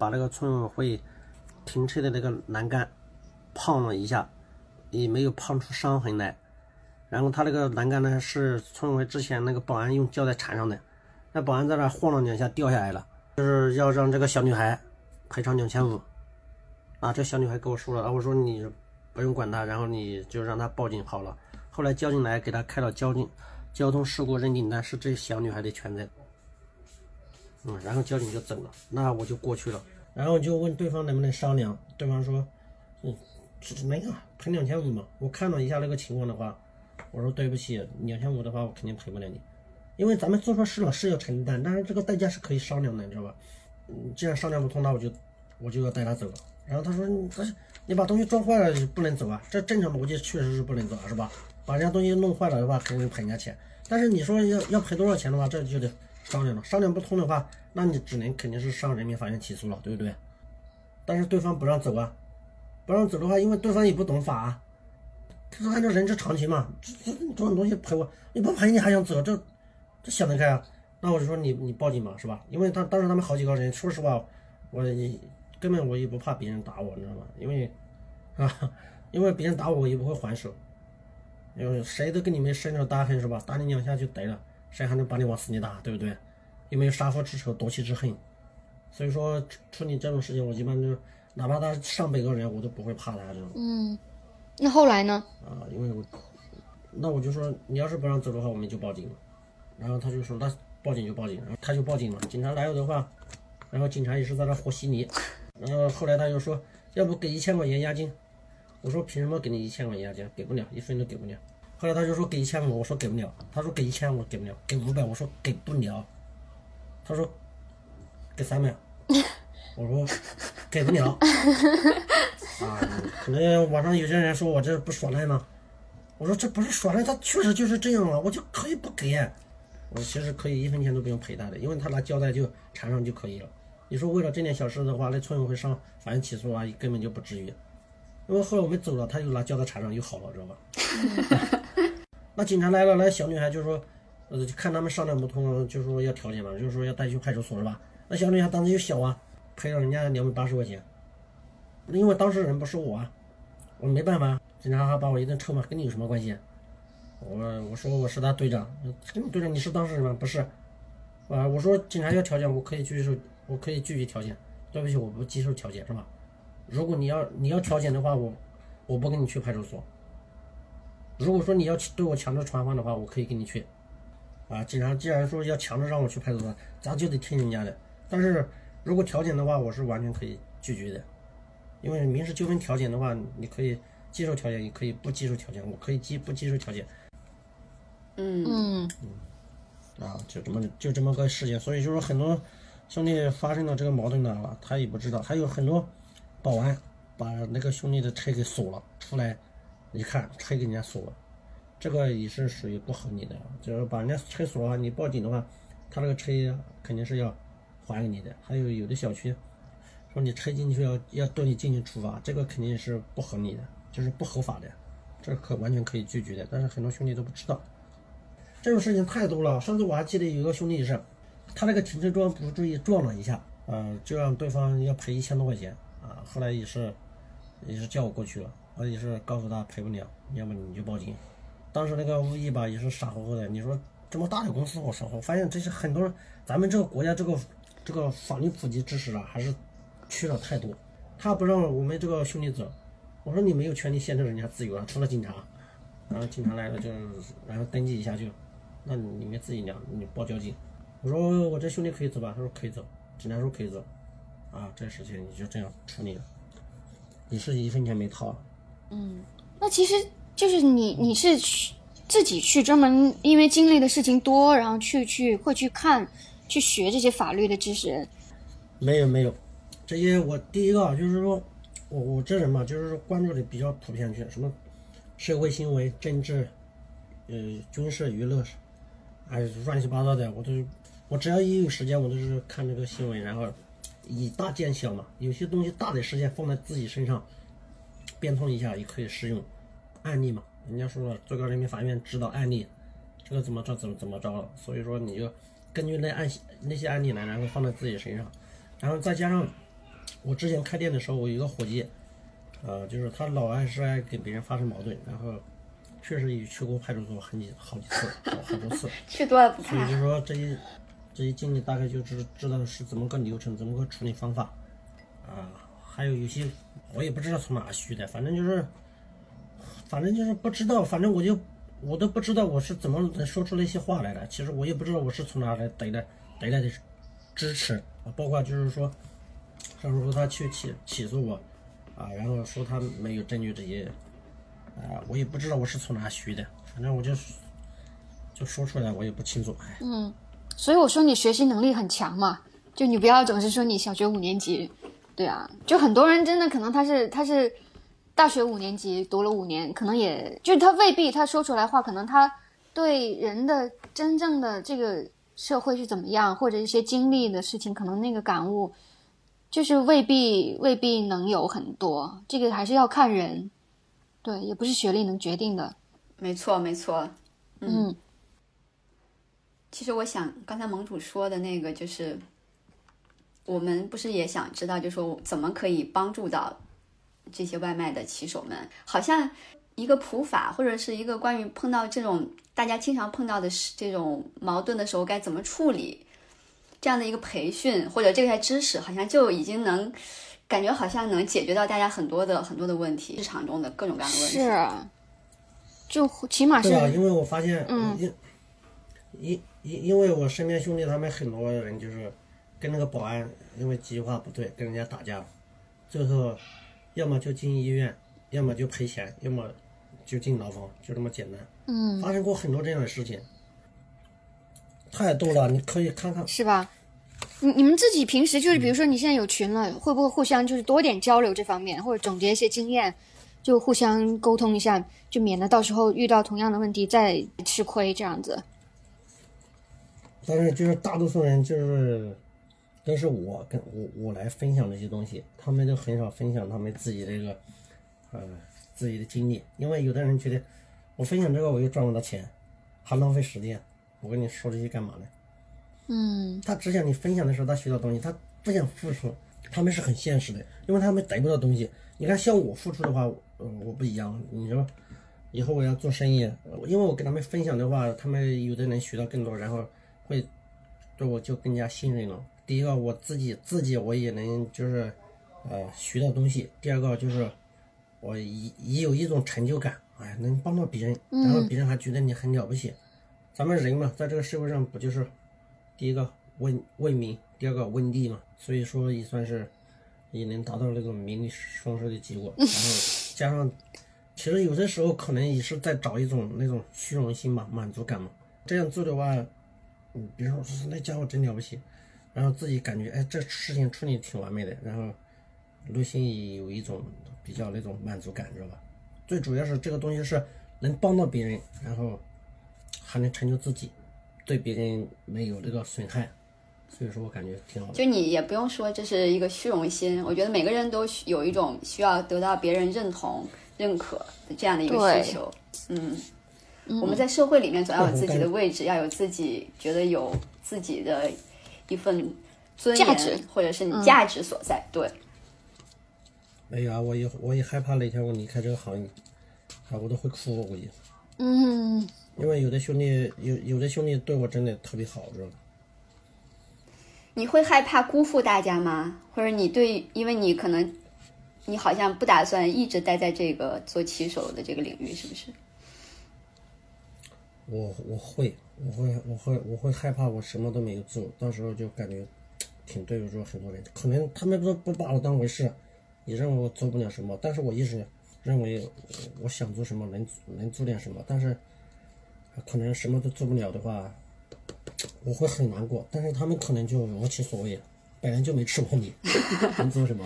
把那个村委会停车的那个栏杆碰了一下，也没有碰出伤痕来。然后他那个栏杆呢是村委会之前那个保安用胶带缠上的，那保安在那晃了两下掉下来了，就是要让这个小女孩赔偿两千五。啊，这小女孩跟我说了啊，我说你不用管她，然后你就让她报警好了。后来交警来给她开了交警交通事故认定单，是这小女孩的全责。嗯，然后交警就走了，那我就过去了，然后就问对方能不能商量，对方说，嗯，没有赔两千五嘛。我看了一下那个情况的话，我说对不起，两千五的话我肯定赔不了你，因为咱们做错事了是要承担，但是这个代价是可以商量的，你知道吧？嗯，既然商量不通，那我就我就要带他走了。然后他说，你你把东西撞坏了不能走啊，这正常逻辑确实是不能走啊，是吧？把人家东西弄坏了的话，肯定赔人家钱。但是你说要要赔多少钱的话，这就得商量了。商量不通的话，那你只能肯定是上人民法院起诉了，对不对？但是对方不让走啊，不让走的话，因为对方也不懂法啊，他说按照人之常情嘛，这这这种东西赔我，你不赔你还想走，这这想得开啊？那我就说你你报警嘛，是吧？因为他当时他们好几个人，说实话，我根本我也不怕别人打我，你知道吗？因为啊，因为别人打我，我也不会还手。因为谁都跟你没深仇大恨，是吧？打你两下就得了，谁还能把你往死里打，对不对？又没有杀父之仇夺妻之恨，所以说处理这种事情，我一般就哪怕他上百个人，我都不会怕他这种。 嗯，那后来呢？ 啊，因为我那我就说你要是不让走的话，我们就报警了。然后他就说那报警就报警，然后他就报警了。警察来了的话，然后警察也是在那和稀泥。然后后来他就说要不给一千块钱押金。我说凭什么给你一千块钱押金？给不了，一分都给不了。后来他就说给一千五，我说给不了。他说给一千，我给不了。给五百，我说给不了。他说给三百，我说给不了。啊，可能网上有些人说我这不耍赖吗？我说这不是耍赖，他确实就是这样了，我就可以不给。我其实可以一分钱都不用赔他的，因为他拿胶带就缠上就可以了。你说为了这点小事的话，那村委会上法院起诉啊，根本就不至于。因为后来我们走了，他又拿胶带缠上又好了，知道吧？那警察来了，那小女孩就说，呃，看他们商量不通，就说要调解嘛，就是说要带去派出所，是吧？那小女孩当时又小啊，赔了人家两百八十块钱。因为当事人不是我啊，我没办法，警察还把我一顿臭骂，跟你有什么关系？我我说我是他队长，跟你队长你是当事人吗？不是，啊，我说警察要调解，我可以拒绝，我可以拒绝调解，对不起，我不接受调解，是吧？如果你要你要调解的话，我我不跟你去派出所。如果说你要对我强制传唤的话，我可以跟你去。啊，警察既然说要强制让我去派出所，咱就得听人家的。但是如果调解的话，我是完全可以拒绝的，因为民事纠纷调解的话，你可以接受调解，也可以不接受调解，我可以接不接受调解。 嗯嗯嗯，啊，就这么就这么个事情，所以就是很多兄弟发生了这个矛盾呢，他也不知道，还有很多保安把那个兄弟的车给锁了，出来一看车给人家锁了，这个也是属于不合理的，就是把人家车锁了，你报警的话，他这个车肯定是要还给你的。还有有的小区说你车进去要要对你进行处罚，这个肯定是不合理的，就是不合法的，这可完全可以拒绝的。但是很多兄弟都不知道，这种事情太多了。上次我还记得有一个兄弟也是，他那个停车桩不注意撞了一下，呃，就让对方要赔一千多块钱啊。后来也是也是叫我过去了，我也是告诉他赔不了，要么你就报警。当时那个物业吧也是傻乎乎的，你说这么大的公司，我说我发现这是很多咱们这个国家这个这个法律普及知识啊，还是缺了太多。他不让我们这个兄弟走，我说你没有权利限制人家自由啊，除了警察。然后警察来了就然后登记一下就，那你们自己聊，你报交警。我说我这兄弟可以走吧？他说可以走。警察说可以走，啊，这事情你就这样处理了，你是一分钱没掏。 嗯，那其实就是你你是去自己去专门因为经历的事情多，然后去去会去看去学这些法律的知识。 没有没有，这些我第一个啊就是说我我这人嘛，就是说关注的比较普遍去，什么社会新闻、政治、呃军事、娱乐，哎乱七八糟的，我都我只要一有时间我都是看这个新闻，然后以大见小嘛，有些东西大的事件放在自己身上变通一下也可以适用。案例嘛，人家说了最高人民法院指导案例，这个怎么着怎么怎么着了，所以说你就根据那案那些案例来，然后放在自己身上，然后再加上我之前开店的时候，我有一个伙计，呃，就是他老爱是爱跟别人发生矛盾，然后确实也去过派出所很几好几次，好好多次。 去多了不怕。 所以就是说这一这一经历大概就知知道是怎么个流程，怎么个处理方法，啊、还有有些我也不知道从哪学的，反正就是反正就是不知道，反正我就我都不知道我是怎么能说出那些话来的。其实我也不知道我是从哪来得来得来的支持啊，包括就是说，上次说他去起起诉我，啊，然后说他没有证据这些，啊，我也不知道我是从哪学的，反正我就就说出来，我也不清楚。哎， 嗯，所以我说你学习能力很强嘛，就你不要总是说你小学五年级，对啊，就很多人真的可能他是他是大学五年级读了五年，可能也就是他未必他说出来话，可能他对人的真正的这个社会是怎么样，或者一些经历的事情，可能那个感悟就是未必未必能有很多，这个还是要看人，对，也不是学历能决定的。 没错没错。嗯， 嗯其实我想刚才盟主说的那个，就是我们不是也想知道，就是说怎么可以帮助到这些外卖的骑手们，好像一个普法或者是一个关于碰到这种大家经常碰到的这种矛盾的时候该怎么处理，这样的一个培训或者这些知识，好像就已经能感觉好像能解决到大家很多的很多的问题，日常中的各种各样的问题。 是啊，就起码是对啊，因为我发现， 嗯因因因因为我身边兄弟他们很多人就是跟那个保安因为几句话不对跟人家打架，最后要么就进医院，要么就赔钱，要么就进牢房，就这么简单。 嗯， 发生过很多这样的事情，太多了，你可以看看。 是吧？你你们自己平时就是比如说你现在有群了，会不会互相就是多点交流这方面，或者总结一些经验，就互相沟通一下，就免得到时候遇到同样的问题再吃亏这样子。 但是就是大多数人就是都是我跟我我来分享这些东西，他们都很少分享他们自己这个呃自己的经历，因为有的人觉得我分享这个我又赚不到钱，还浪费时间，我跟你说这些干嘛呢？ 嗯， 他只想你分享的时候他学到东西，他不想付出，他们是很现实的，因为他们得不到东西。你看像我付出的话，呃，我不一样。你说以后我要做生意，因为我跟他们分享的话，他们有的人学到更多，然后会对我就更加信任了。第一个我自己自己我也能就是呃学到东西，第二个就是我也也有一种成就感，哎，能帮到别人，然后别人还觉得你很了不起。咱们人嘛，在这个社会上不就是第一个为为民，第二个为利嘛，所以说也算是也能达到那种名利双收的结果。然后加上其实有的时候可能也是在找一种那种虚荣心嘛，满足感嘛。这样做的话，嗯，比如说那家伙真了不起，然后自己感觉哎这事情处理挺完美的，然后内心也有一种比较那种满足感，知道吧？最主要是这个东西是能帮到别人，然后还能成就自己，对别人没有这个损害，所以说我感觉挺好的。 就你也不用说这是一个虚荣心，我觉得每个人都有一种需要得到别人认同、认可的这样的一个需求。嗯，我们在社会里面总要有自己的位置，要有自己觉得有自己的一份尊严， 价值或者是你价值所在。对。 哎呀，我也我也害怕哪天我离开这个行业，啊，我都会哭，我估计。 嗯， 因为有的兄弟有有的兄弟对我真的特别好，知道吧？ 你会害怕辜负大家吗？或者你对，因为你可能你好像不打算一直待在这个做骑手的这个领域，是不是？ 我我会我会我会我会害怕我什么都没有做，到时候就感觉挺对不住很多人，可能他们都不把我当回事，也认为我做不了什么，但是我一直认为我想做什么能能做点什么，但是可能什么都做不了的话，我会很难过，但是他们可能就无其所谓了，本来就没吃过米，能做什么？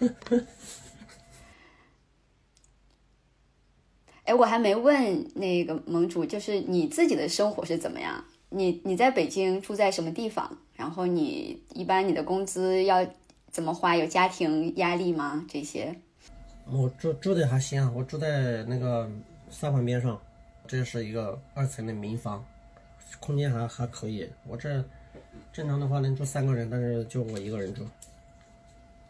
哎，我还没问那个盟主，就是你自己的生活是怎么样？你你在北京住在什么地方？然后你一般你的工资要怎么花？有家庭压力吗？这些？ 我住住的还行，我住在那个三环边上，这是一个二层的民房，空间还还可以。我这正常的话能住三个人，但是就我一个人住。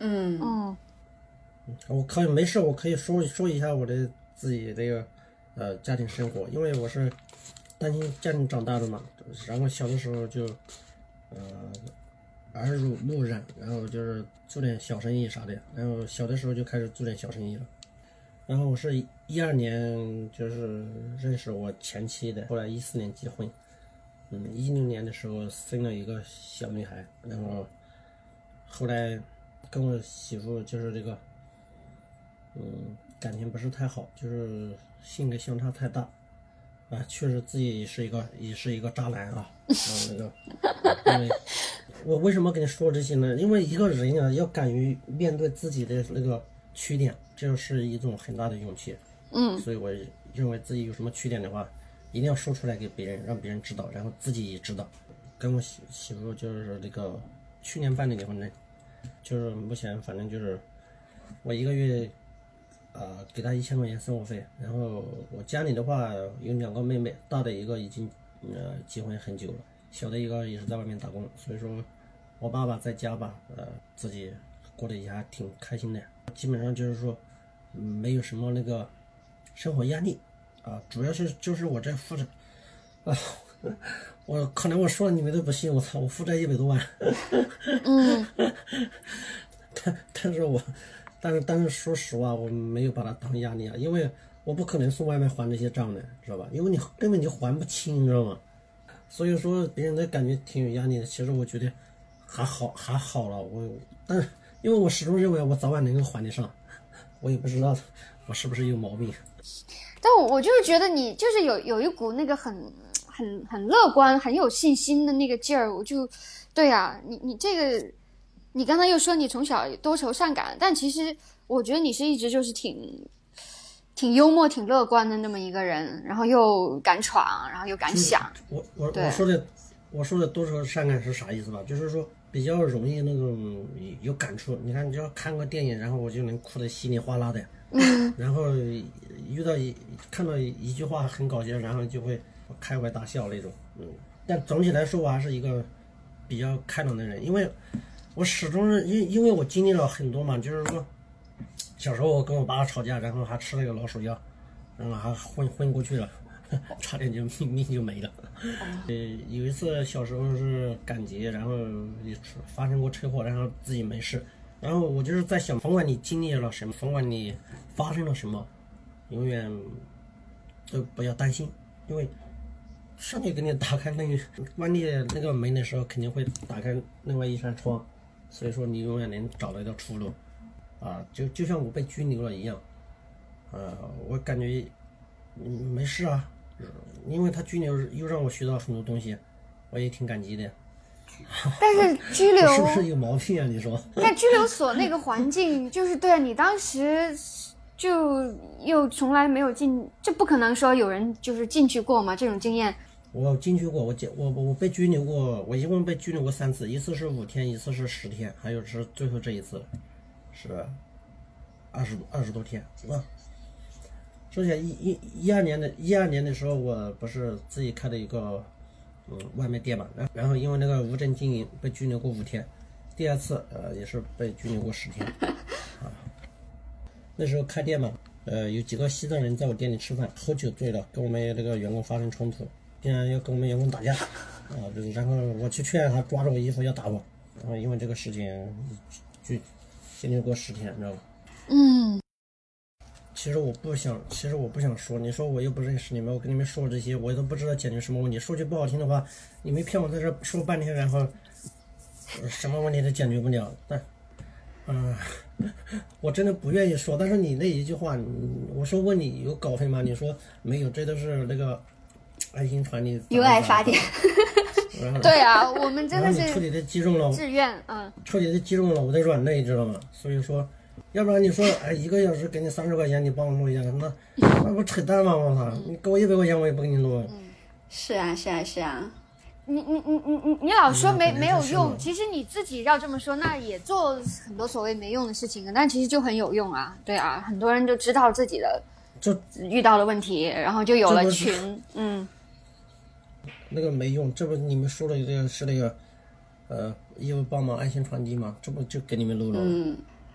嗯嗯我可以没事，我可以说说一下我的自己这个呃家庭生活，因为我是单亲家庭长大的嘛，然后小的时候就呃耳濡目染，然后就是做点小生意啥的，然后小的时候就开始做点小生意了。然后我是一二年就是认识我前妻的，后来一四年结婚，嗯，一六年的时候生了一个小女孩，然后后来跟我媳妇就是这个，嗯，感情不是太好，就是性格相差太大，啊，确实自己也是一个也是一个渣男啊，然后那个，因为我为什么跟你说这些呢？因为一个人啊，要敢于面对自己的那个缺点，这就是一种很大的勇气。 嗯， 所以我认为自己有什么缺点的话，一定要说出来给别人，让别人知道，然后自己也知道。跟我媳媳妇就是那个去年办的离婚证，就是目前反正就是我一个月呃给她一千块钱生活费，然后我家里的话有两个妹妹，大的一个已经呃结婚很久了，小的一个也是在外面打工，所以说我爸爸在家吧，呃自己过得也还挺开心的，基本上就是说嗯没有什么那个生活压力啊，主要是就是我这负债啊，我可能我说了你们都不信，我操，我负债一百多万。 嗯， 但但是我，但是但是说实话，我没有把它当压力啊，因为我不可能从外面还这些账的，知道吧？因为你根本就还不清，你知道吗？所以说别人都感觉挺有压力的，其实我觉得还好还好了，我但是因为我始终认为我早晚能够还得上，我也不知道我是不是有毛病。 但我我就是觉得你就是有有一股那个很很很乐观、很有信心的那个劲儿，我就，对啊，你你这个，你刚才又说你从小多愁善感，但其实我觉得你是一直就是挺挺幽默、挺乐观的那么一个人，然后又敢闯，然后又敢想。 我我我说的我说的多愁善感是啥意思吧？就是说比较容易那种有感触。你看，你只要看个电影，然后我就能哭得稀里哗啦的。嗯，然后遇到一看到一句话很搞笑，然后就会开怀大笑那种。嗯，但总体来说我还是一个比较开朗的人，因为我始终是因因为我经历了很多嘛，就是说小时候我跟我爸吵架，然后还吃了个老鼠药，然后还昏昏过去了，差点就命命就没了。呃，有一次小时候是赶集，然后也发生过车祸，然后自己没事。然后我就是在想，甭管你经历了什么，甭管你发生了什么，永远都不要担心，因为上帝给你打开那个关闭那个门的时候，肯定会打开另外一扇窗，所以说你永远能找到一条出路。啊，就就像我被拘留了一样，呃，我感觉嗯没事啊，因为他拘留又让我学到很多东西，我也挺感激的。 但是拘留是不是有毛病啊？你说？ 但拘留所那个环境，就是对你当时就又从来没有进，就不可能说有人就是进去过嘛，这种经验。 我进去过，我我我被拘留过，我一共被拘留过三次，一次是五天，一次是十天，还有是最后这一次是二十二十多天，是吧？之前一一一二年的一二年的时候，我不是自己开了一个嗯外卖店嘛，然后然后因为那个无证经营被拘留过五天，第二次呃也是被拘留过十天啊。那时候开店嘛，呃有几个西藏人在我店里吃饭，喝酒醉了，跟我们那个员工发生冲突，竟然要跟我们员工打架啊！然后我去劝他，抓着我衣服要打我，然后因为这个事情就拘留过十天，你知道吗？ 嗯。 其实我不想，其实我不想说。你说我又不认识你们，我跟你们说这些，我都不知道解决什么问题。说句不好听的话，你们骗我在这说半天，然后、呃、什么问题都解决不了。但，嗯、呃，我真的不愿意说。但是你那一句话，我说问你有稿费吗？你说没有，这都是那个爱心传递。 由爱发电。 对啊，我们真的是彻底的击中了志愿，嗯， 彻底的击中了我的软肋，知道吗？所以说。要不然你说，哎，一个小时给你三十块钱，你帮我录一下，那那不扯淡吗？我操，你给我一百块钱，我也不给你录。 嗯，是啊，是啊，是啊。 你你你你你你老说没、嗯、没有用，其实你自己要这么说，那也做很多所谓没用的事情，但其实就很有用啊。对啊，很多人就知道自己的就遇到了问题，然后就有了群，嗯。 那个没用，这不你们说的这个是那个，呃，业务帮忙爱心传递嘛，这不就给你们录了吗？ 嗯。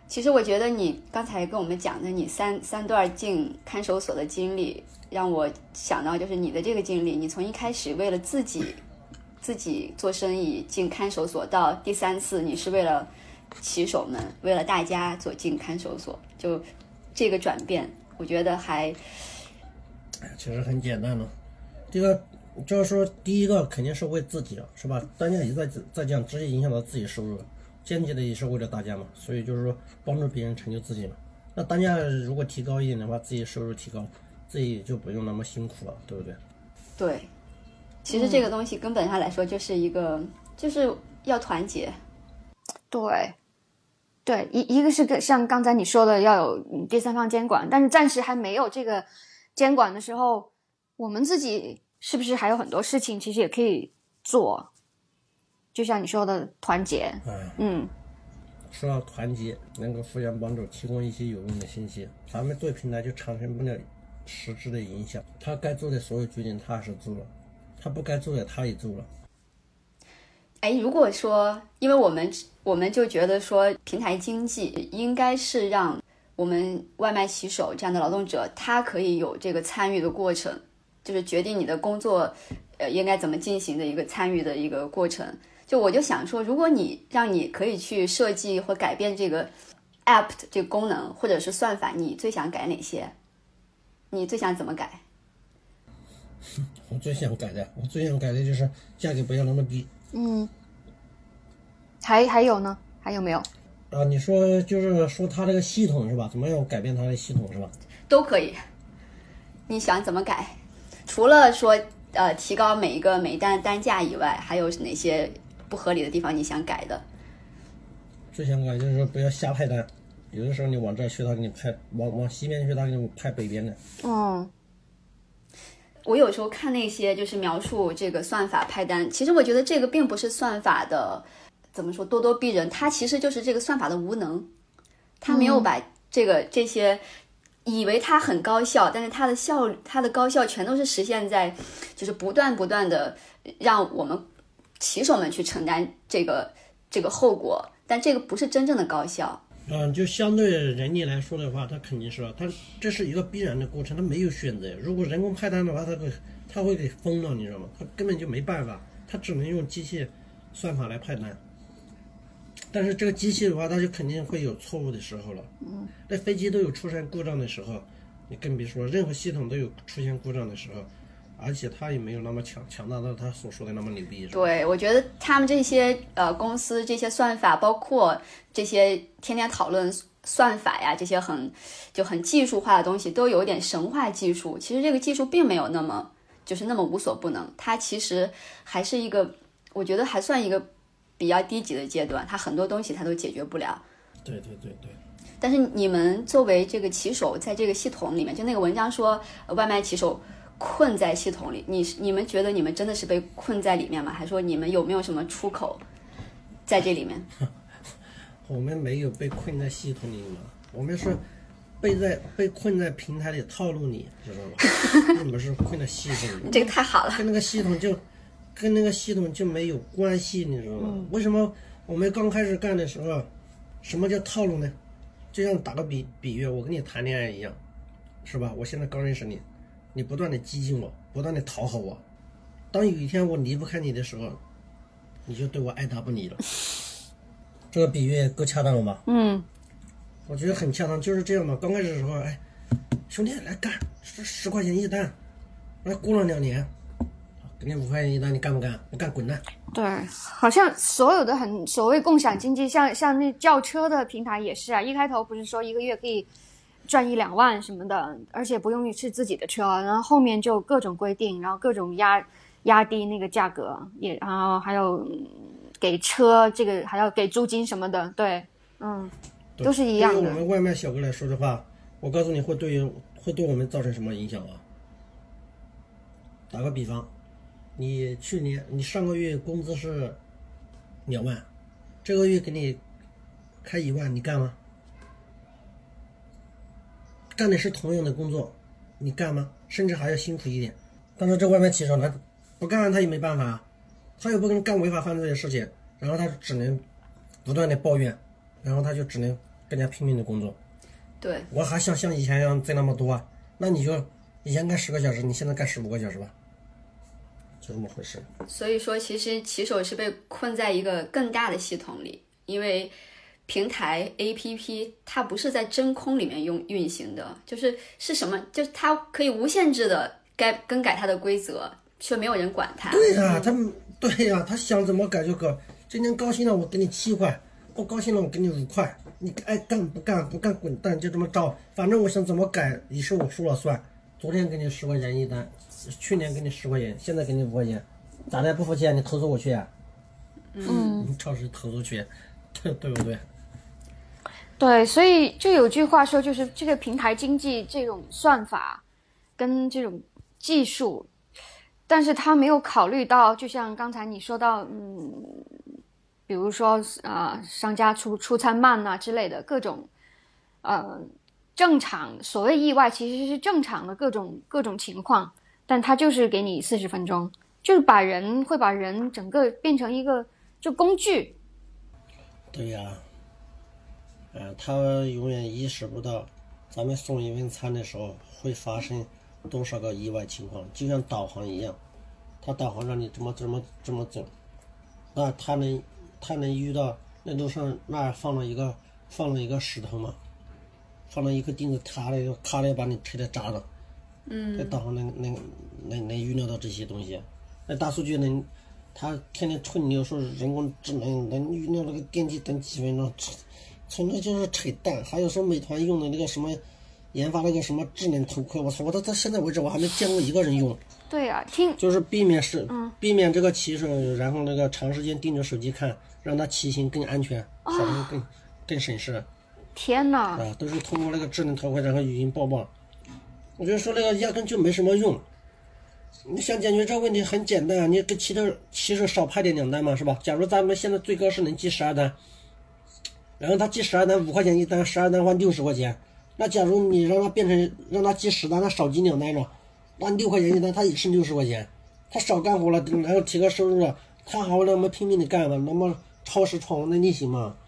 其实我觉得你刚才跟我们讲的你三三段进看守所的经历，让我想到就是你的这个经历，你从一开始为了自己自己做生意进看守所，到第三次你是为了骑手们，为了大家走进看守所，就这个转变，我觉得还其实很简单了。这个就是说，第一个肯定是为自己了，是吧？单价一再再降，直接影响到自己收入了。间接的也是为了大家嘛，所以就是说帮助别人成就自己嘛。那单价如果提高一点的话，自己收入提高，自己就不用那么辛苦了，对不对？ 对，其实这个东西根本上来说就是一个，嗯、就是要团结。 对，对，一一个是个像刚才你说的要有第三方监管，但是暂时还没有这个监管的时候，我们自己是不是还有很多事情其实也可以做？就像你说的团结， 哎， 嗯， 说到团结，能够互相帮助，提供一些有用的信息，咱们做平台就产生不了实质的影响。他该做的所有决定他是做了，他不该做的他也做了。 哎，如果说，因为我们我们就觉得说，平台经济应该是让我们外卖骑手这样的劳动者，他可以有这个参与的过程，就是决定你的工作，呃，应该怎么进行的一个参与的一个过程。就我就想说，如果你让你可以去设计或改变这个 app 的这个功能，或者是算法，你最想改哪些？你最想怎么改？ 我最想改的，我最想改的就是价格不要那么低。 嗯，还还有呢？还有没有？ 啊，你说就是说它这个系统是吧？怎么样改变它的系统是吧？ 都可以。你想怎么改？除了说呃提高每一个每一单单价以外，还有哪些不合理的地方你想改的？ 最想改就是说不要瞎派单，有的时候你往这去，他给你派往往西边去，他给你派北边的。 嗯。 我有时候看那些就是描述这个算法派单，其实我觉得这个并不是算法的怎么说咄咄逼人，它其实就是这个算法的无能，它没有把这个、嗯、这些以为它很高效，但是它的效它的高效全都是实现在就是不断不断的让我们骑手们去承担这个这个后果，但这个不是真正的高效。 嗯，就相对人力来说的话，它肯定是，它这是一个必然的过程，它没有选择。如果人工派单的话，它会它会给封了，你知道吗？它根本就没办法，它只能用机器算法来派单。但是这个机器的话，它就肯定会有错误的时候了。嗯，那飞机都有出现故障的时候，你更别说任何系统都有出现故障的时候。而且他也没有那么强强大到他所说的那么牛逼。 对，我觉得他们这些呃公司这些算法，包括这些天天讨论算法呀，这些很就很技术化的东西，都有点神话技术。其实这个技术并没有那么就是那么无所不能，它其实还是一个，我觉得还算一个比较低级的阶段，它很多东西它都解决不了。 对对对对。 但是你们作为这个骑手，在这个系统里面，就那个文章说、呃、外卖骑手困在系统里，你你们觉得你们真的是被困在里面吗？还说你们有没有什么出口在这里面？ 我们没有被困在系统里嘛，我们是被在被困在平台里套路你，知道吧？我们是困在系统里。 这个太好了， 跟那个系统就跟那个系统就没有关系，你知道吗？嗯、为什么我们刚开始干的时候，什么叫套路呢？就像打个比比喻，我跟你谈恋爱一样，是吧？我现在刚认识你。你不断的激进我，不断的讨好我，当有一天我离不开你的时候，你就对我爱答不理了。这个比喻够恰当了吧？ 嗯， 我觉得很恰当，就是这样嘛。刚开始的时候，哎，兄弟来干，十十块钱一单，来过了两年，给你五块钱一单，你干不干？你干滚蛋！ 对，好像所有的很所谓共享经济，像像那叫车的平台也是啊，一开头不是说一个月可以赚一两万什么的，而且不用是自己的车，然后后面就各种规定，然后各种压压低那个价格，也然后还有给车这个还要给租金什么的，对，嗯， 对都是一样的。 对于我们外卖小哥来说的话，我告诉你会对于会对我们造成什么影响啊？打个比方，你去年你上个月工资是两万，这个月给你开一万，你干吗？干的是同样的工作，你干吗？甚至还要辛苦一点。但是这外卖骑手呢，不干他也没办法，他又不能干违法犯罪的事情，然后他只能不断的抱怨，然后他就只能更加拼命的工作。 对， 我还想像以前一样挣那么多啊，那你就以前干十个小时，你现在干十五个小时吧，就这么回事。 所以说其实骑手是被困在一个更大的系统里，因为平台 A P P 它不是在真空里面用运行的，就是是什么，就是它可以无限制的改更改它的规则，却没有人管它。 对呀、啊，他对呀、啊，他想怎么改就改。今天高兴了我给你七块，不高兴了我给你五块，你爱干不干不干滚蛋，就这么着。反正我想怎么改也是我说了算。昨天给你十块钱一单，去年给你十块钱，现在给你五块钱，咋的不服气啊？你投诉我去啊？ 嗯， 你超市投诉去，对对不对？ 对，所以就有句话说，就是这个平台经济这种算法跟这种技术，但是他没有考虑到，就像刚才你说到，嗯，比如说啊、呃，商家出出餐慢啊之类的各种，呃，正常所谓意外其实是正常的各种各种情况，但他就是给你四十分钟，就是把人会把人整个变成一个就工具。 对呀、啊。呃，他永远意识不到，咱们送一份餐的时候会发生多少个意外情况，就像导航一样，他导航让你怎么怎么怎么走，那他能他能遇到那路上那儿放了一个放了一个石头吗？放了一个钉子，咔的咔的把你推的渣了。嗯，这导航能能能能预料到这些东西，那大数据能，他天天吹牛说人工智能能预料那个电梯等几分钟。纯粹就是扯淡。还有说美团用的那个什么研发那个什么智能头盔，我操，我到到现在为止我还没见过一个人用。 对啊，听就是避免是、 嗯、 避免这个骑手，然后那个长时间盯着手机看，让他骑行更安全，好像更、哦、更省事。 天哪！ 啊，都是通过那个智能头盔，然后语音播报。我觉得说那个压根就没什么用。你想解决这个问题很简单啊，你跟骑手骑手少派点两单嘛，是吧？假如咱们现在最高是能记十二单。然后他记十二单五块钱一单，十二单换六十块钱。那假如你让他变成让他记十单，他少记两单了，那六块钱一单他也是六十块钱。他少干活了，然后提高收入了，他还会那么拼命的干嘛？那么超时闯红灯逆行吗？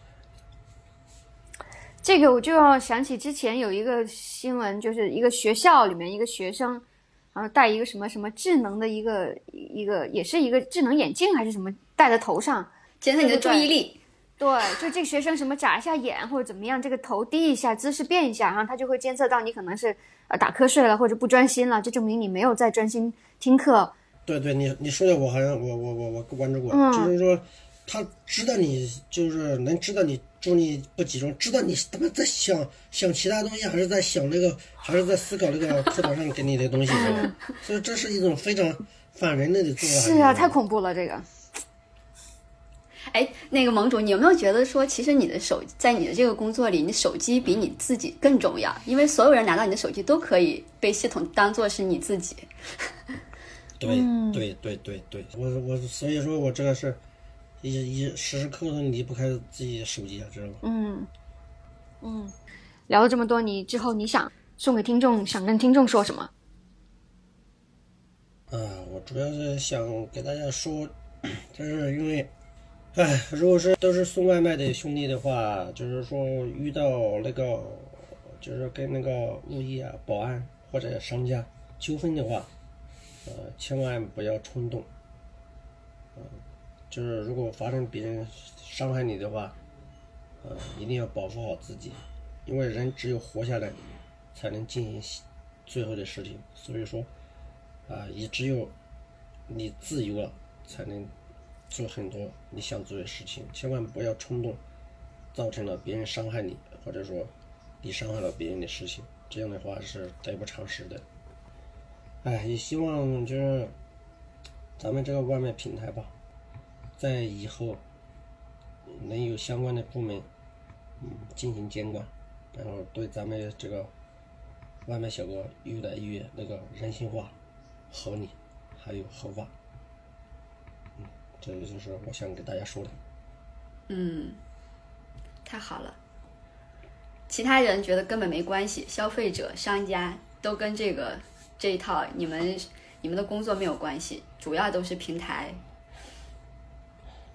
这个我就要想起之前有一个新闻，就是一个学校里面一个学生，然后戴一个什么什么智能的一个一个也是一个智能眼镜还是什么戴在头上， 减少你的注意力。 对，就这个学生什么眨一下眼或者怎么样，这个头低一下，姿势变一下，然后他就会监测到你可能是呃打瞌睡了或者不专心了，这证明你没有在专心听课。 对对，你你说的我好像我我我我关注过、嗯，就是说他知道你就是能知道你注意力不集中，知道你他妈在想想其他东西，还是在想那个，还是在思考那个课堂上给你的东西，嗯、所以这是一种非常反人类的做法。 是啊，太恐怖了这个。 哎，那个盟主，你有没有觉得说，其实你的手在你的这个工作里，你手机比你自己更重要？因为所有人拿到你的手机都可以被系统当作是你自己。 对对对对对，我我所以说我这个是一一时时刻刻离不开自己的手机啊，知道吗？ 嗯嗯，聊了这么多，你之后你想送给听众，想跟听众说什么？ 啊，我主要是想给大家说，就是因为。哎，如果是都是送外卖的兄弟的话，就是说遇到那个，就是跟那个物业啊、保安或者商家纠纷的话，呃，千万不要冲动。嗯、呃，就是如果发生别人伤害你的话，呃，一定要保护好自己，因为人只有活下来，才能进行最后的事情。所以说，啊、呃，也只有你自由了，才能做很多你想做的事情，千万不要冲动，造成了别人伤害你，或者说你伤害了别人的事情，这样的话是得不偿失的。哎，也希望就是咱们这个外卖平台吧，在以后能有相关的部门嗯进行监管，然后对咱们这个外卖小哥越来越那个人性化、合理还有合法。这个就是我想给大家说的。 嗯，太好了。其他人觉得根本没关系，消费者、商家都跟这个这一套你们你们的工作没有关系，主要都是平台。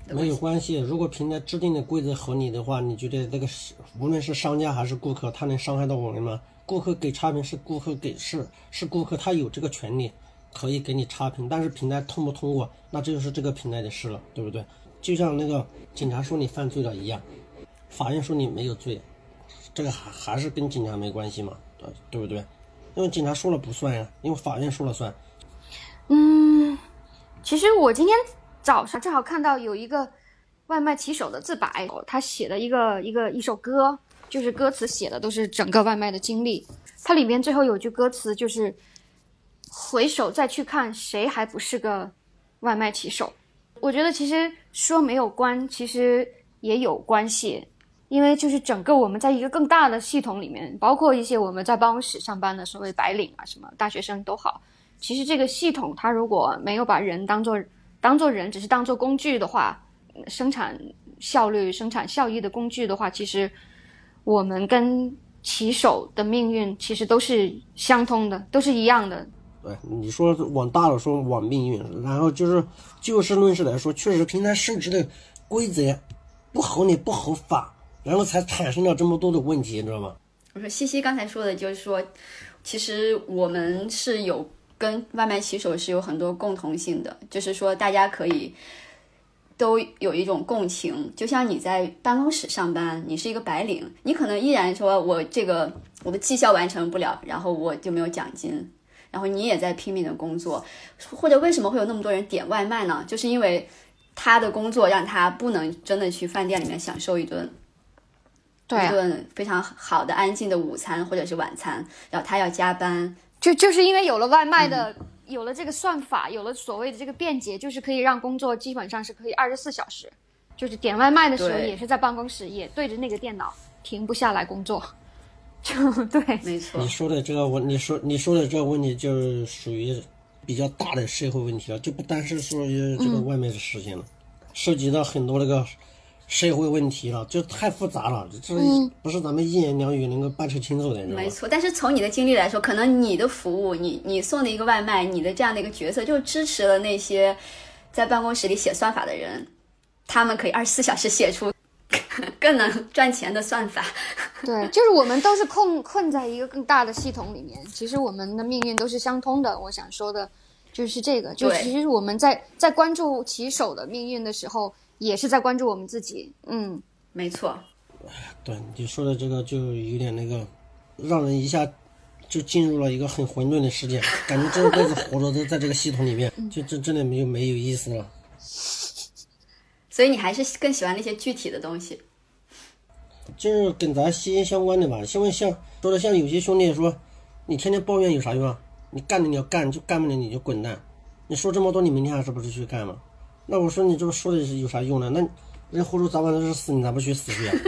没有关系。如果平台制定的规则合理的话，你觉得这个是无论是商家还是顾客，他能伤害到我们吗？顾客给差评是顾客给是是顾客，他有这个权利可以给你差评，但是平台通不通过，那这就是这个平台的事了，对不对？就像那个警察说你犯罪了一样，法院说你没有罪，这个还还是跟警察没关系嘛，对不对？因为警察说了不算呀，因为法院说了算。 嗯，其实我今天早上正好看到有一个外卖骑手的自白，他写了一个一个一首歌，就是歌词写的都是整个外卖的经历。它里面最后有句歌词就是回首再去看，谁还不是个外卖骑手。我觉得其实说没有关，其实也有关系，因为就是整个我们在一个更大的系统里面，包括一些我们在办公室上班的所谓白领啊，什么大学生都好，其实这个系统它如果没有把人当做当做人，只是当做工具的话，生产效率、生产效益的工具的话，其实我们跟骑手的命运其实都是相通的，都是一样的。 对，你说往大了说往命运，然后就是就事论事来说，确实平台设置的规则不合理不合法，然后才产生了这么多的问题，你知道吗？ 我说西西刚才说的就是说，其实我们是有跟外卖骑手是有很多共同性的，就是说大家可以都有一种共情。就像你在办公室上班，你是一个白领，你可能依然说我这个我的绩效完成不了，然后我就没有奖金，然后你也在拼命的工作。或者为什么会有那么多人点外卖呢？就是因为他的工作让他不能真的去饭店里面享受一顿对、啊、 一顿非常好的安静的午餐或者是晚餐，然后他要加班， 就就是因为有了外卖的、嗯、有了这个算法，有了所谓的这个便捷，就是可以让工作基本上是可以二十四小时，就是点外卖的时候也是在办公室，也对着那个电脑停不下来工作。就对， 没错。 你说的这个问，你说你说的这个问题就是属于比较大的社会问题了，就不单是说这个外卖的事情了、嗯、涉及到很多那个社会问题了，就太复杂了，这不是咱们一言两语能够掰扯清楚的。 没错，但是从你的经历来说，可能你的服务，你你送的一个外卖，你的这样的一个角色，就支持了那些在办公室里写算法的人，他们可以二十四小时写出更能赚钱的算法。 对，就是我们都是困困在一个更大的系统里面，其实我们的命运都是相通的。我想说的就是这个，就其实我们在在关注骑手的命运的时候，也是在关注我们自己。嗯， 没错。 对，你说的这个就有点那个，让人一下就进入了一个很混沌的世界，感觉这辈子活着都在这个系统里面，就真真的没有没有意思了。 所以你还是更喜欢那些具体的东西， 就是跟咱息息相关的吧。因为像说的，像有些兄弟说，你天天抱怨有啥用啊？你干的你要干，就干不了你就滚蛋。你说这么多，你明天还是不是去干嘛？那我说你这个说的是有啥用呢？那人活着早晚都是死，你咋不去死去啊？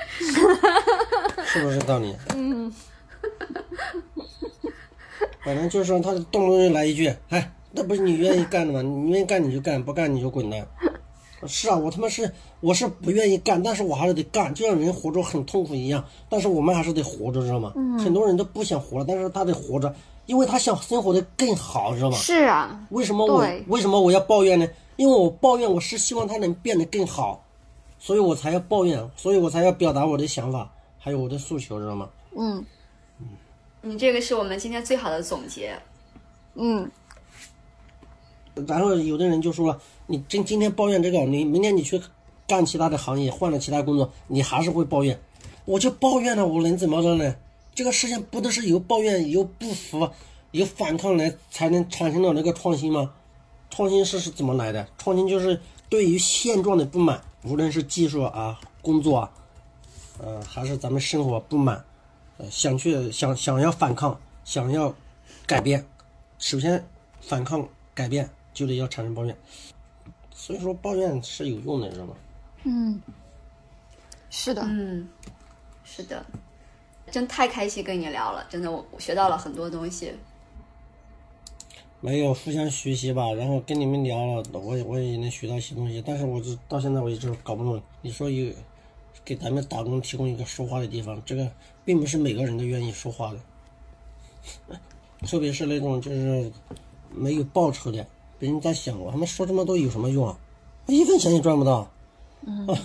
是不是道理？ 嗯。 反正就是说，他动不动就来一句，哎，那不是你愿意干的吗？你愿意干你就干，不干你就滚蛋。是啊，我他妈是我是不愿意干，但是我还是得干，就像人活着很痛苦一样。但是我们还是得活着，知道吗？嗯。很多人都不想活了，但是他得活着，因为他想生活的更好，知道吗？ 是啊。 为什么我为什么我要抱怨呢？因为我抱怨，我是希望他能变得更好，所以我才要抱怨，所以我才要表达我的想法，还有我的诉求，知道吗？ 嗯。 你这个是我们今天最好的总结。 嗯。 然后有的人就说了，你今今天抱怨这个，你明天你去干其他的行业，换了其他工作，你还是会抱怨。我就抱怨了，我能怎么着呢？这个事情不都是由抱怨、由不服、由反抗来才能产生的那个创新吗？创新是是怎么来的？创新就是对于现状的不满，无论是技术啊、工作啊，呃，还是咱们生活不满，呃，想去想想要反抗，想要改变，首先反抗改变就得要产生抱怨，所以说抱怨是有用的，知道吗？ 嗯，是的， 嗯，是的，真太开心跟你聊了，真的我学到了很多东西。 没有互相学习吧，然后跟你们聊了，我也我也能学到一些东西，但是我到现在我一直搞不懂，你说有给咱们打工提供一个说话的地方，这个并不是每个人都愿意说话的，特别是那种就是没有报酬的，别人在想我他妈说这么多有什么用啊？ 我一分钱也赚不到。 嗯，啊、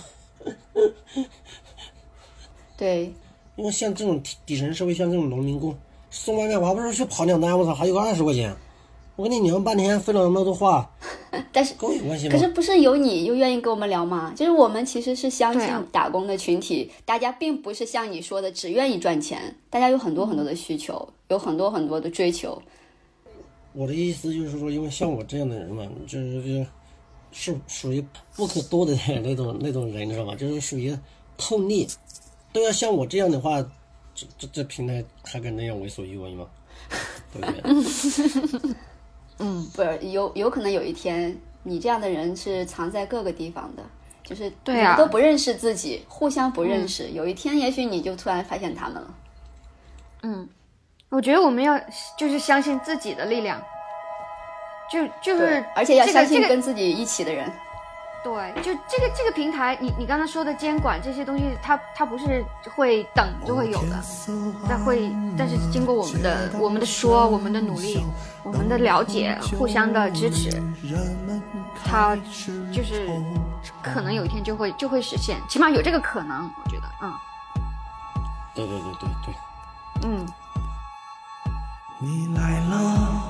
对， 因为像这种底层社会，像这种农民工送外卖，我还不是去跑两单，我操，还有个二十块钱，我跟你聊半天，费了那么多话， 但是跟我有关系吗？ 可是不是有你又愿意跟我们聊吗？就是我们其实是相信打工的群体，啊、大家并不是像你说的只愿意赚钱，大家有很多很多的需求，有很多很多的追求。 我的意思就是说，因为像我这样的人嘛，就是是属于不可多的那种那种人，知道吧？就是属于透力，都要像我这样的话，这这这平台还敢那样为所欲为吗？对不对？ 嗯，不是，有有可能有一天你这样的人是藏在各个地方的，就是对啊， 你都不认识自己，互相不认识，嗯、有一天也许你就突然发现他们了。 嗯，我觉得我们要就是相信自己的力量，就就是， 而且要相信跟自己一起的人。 这个、对，就这个这个平台，你你刚才说的监管这些东西，它它不是会等就会有的，它会，但是经过我们的我们的说，我们的努力，我们的了解，互相的支持，它就是可能有一天就会就会实现，起码有这个可能，我觉得，嗯。 对对对对对。 嗯。 你来了。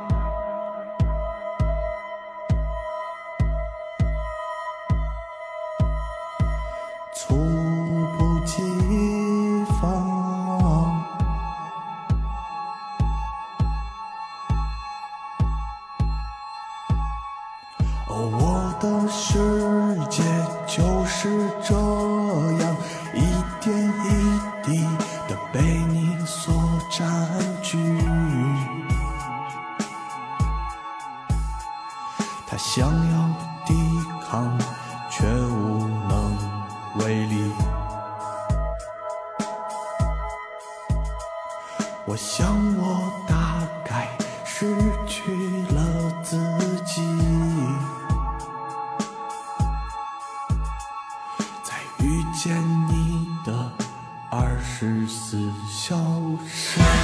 猝不及防，哦，我的世界就是这样，一点一滴的被你所占据。他想要抵抗，却无能为力。我想我大概失去了自己，在遇见你的二十四小时。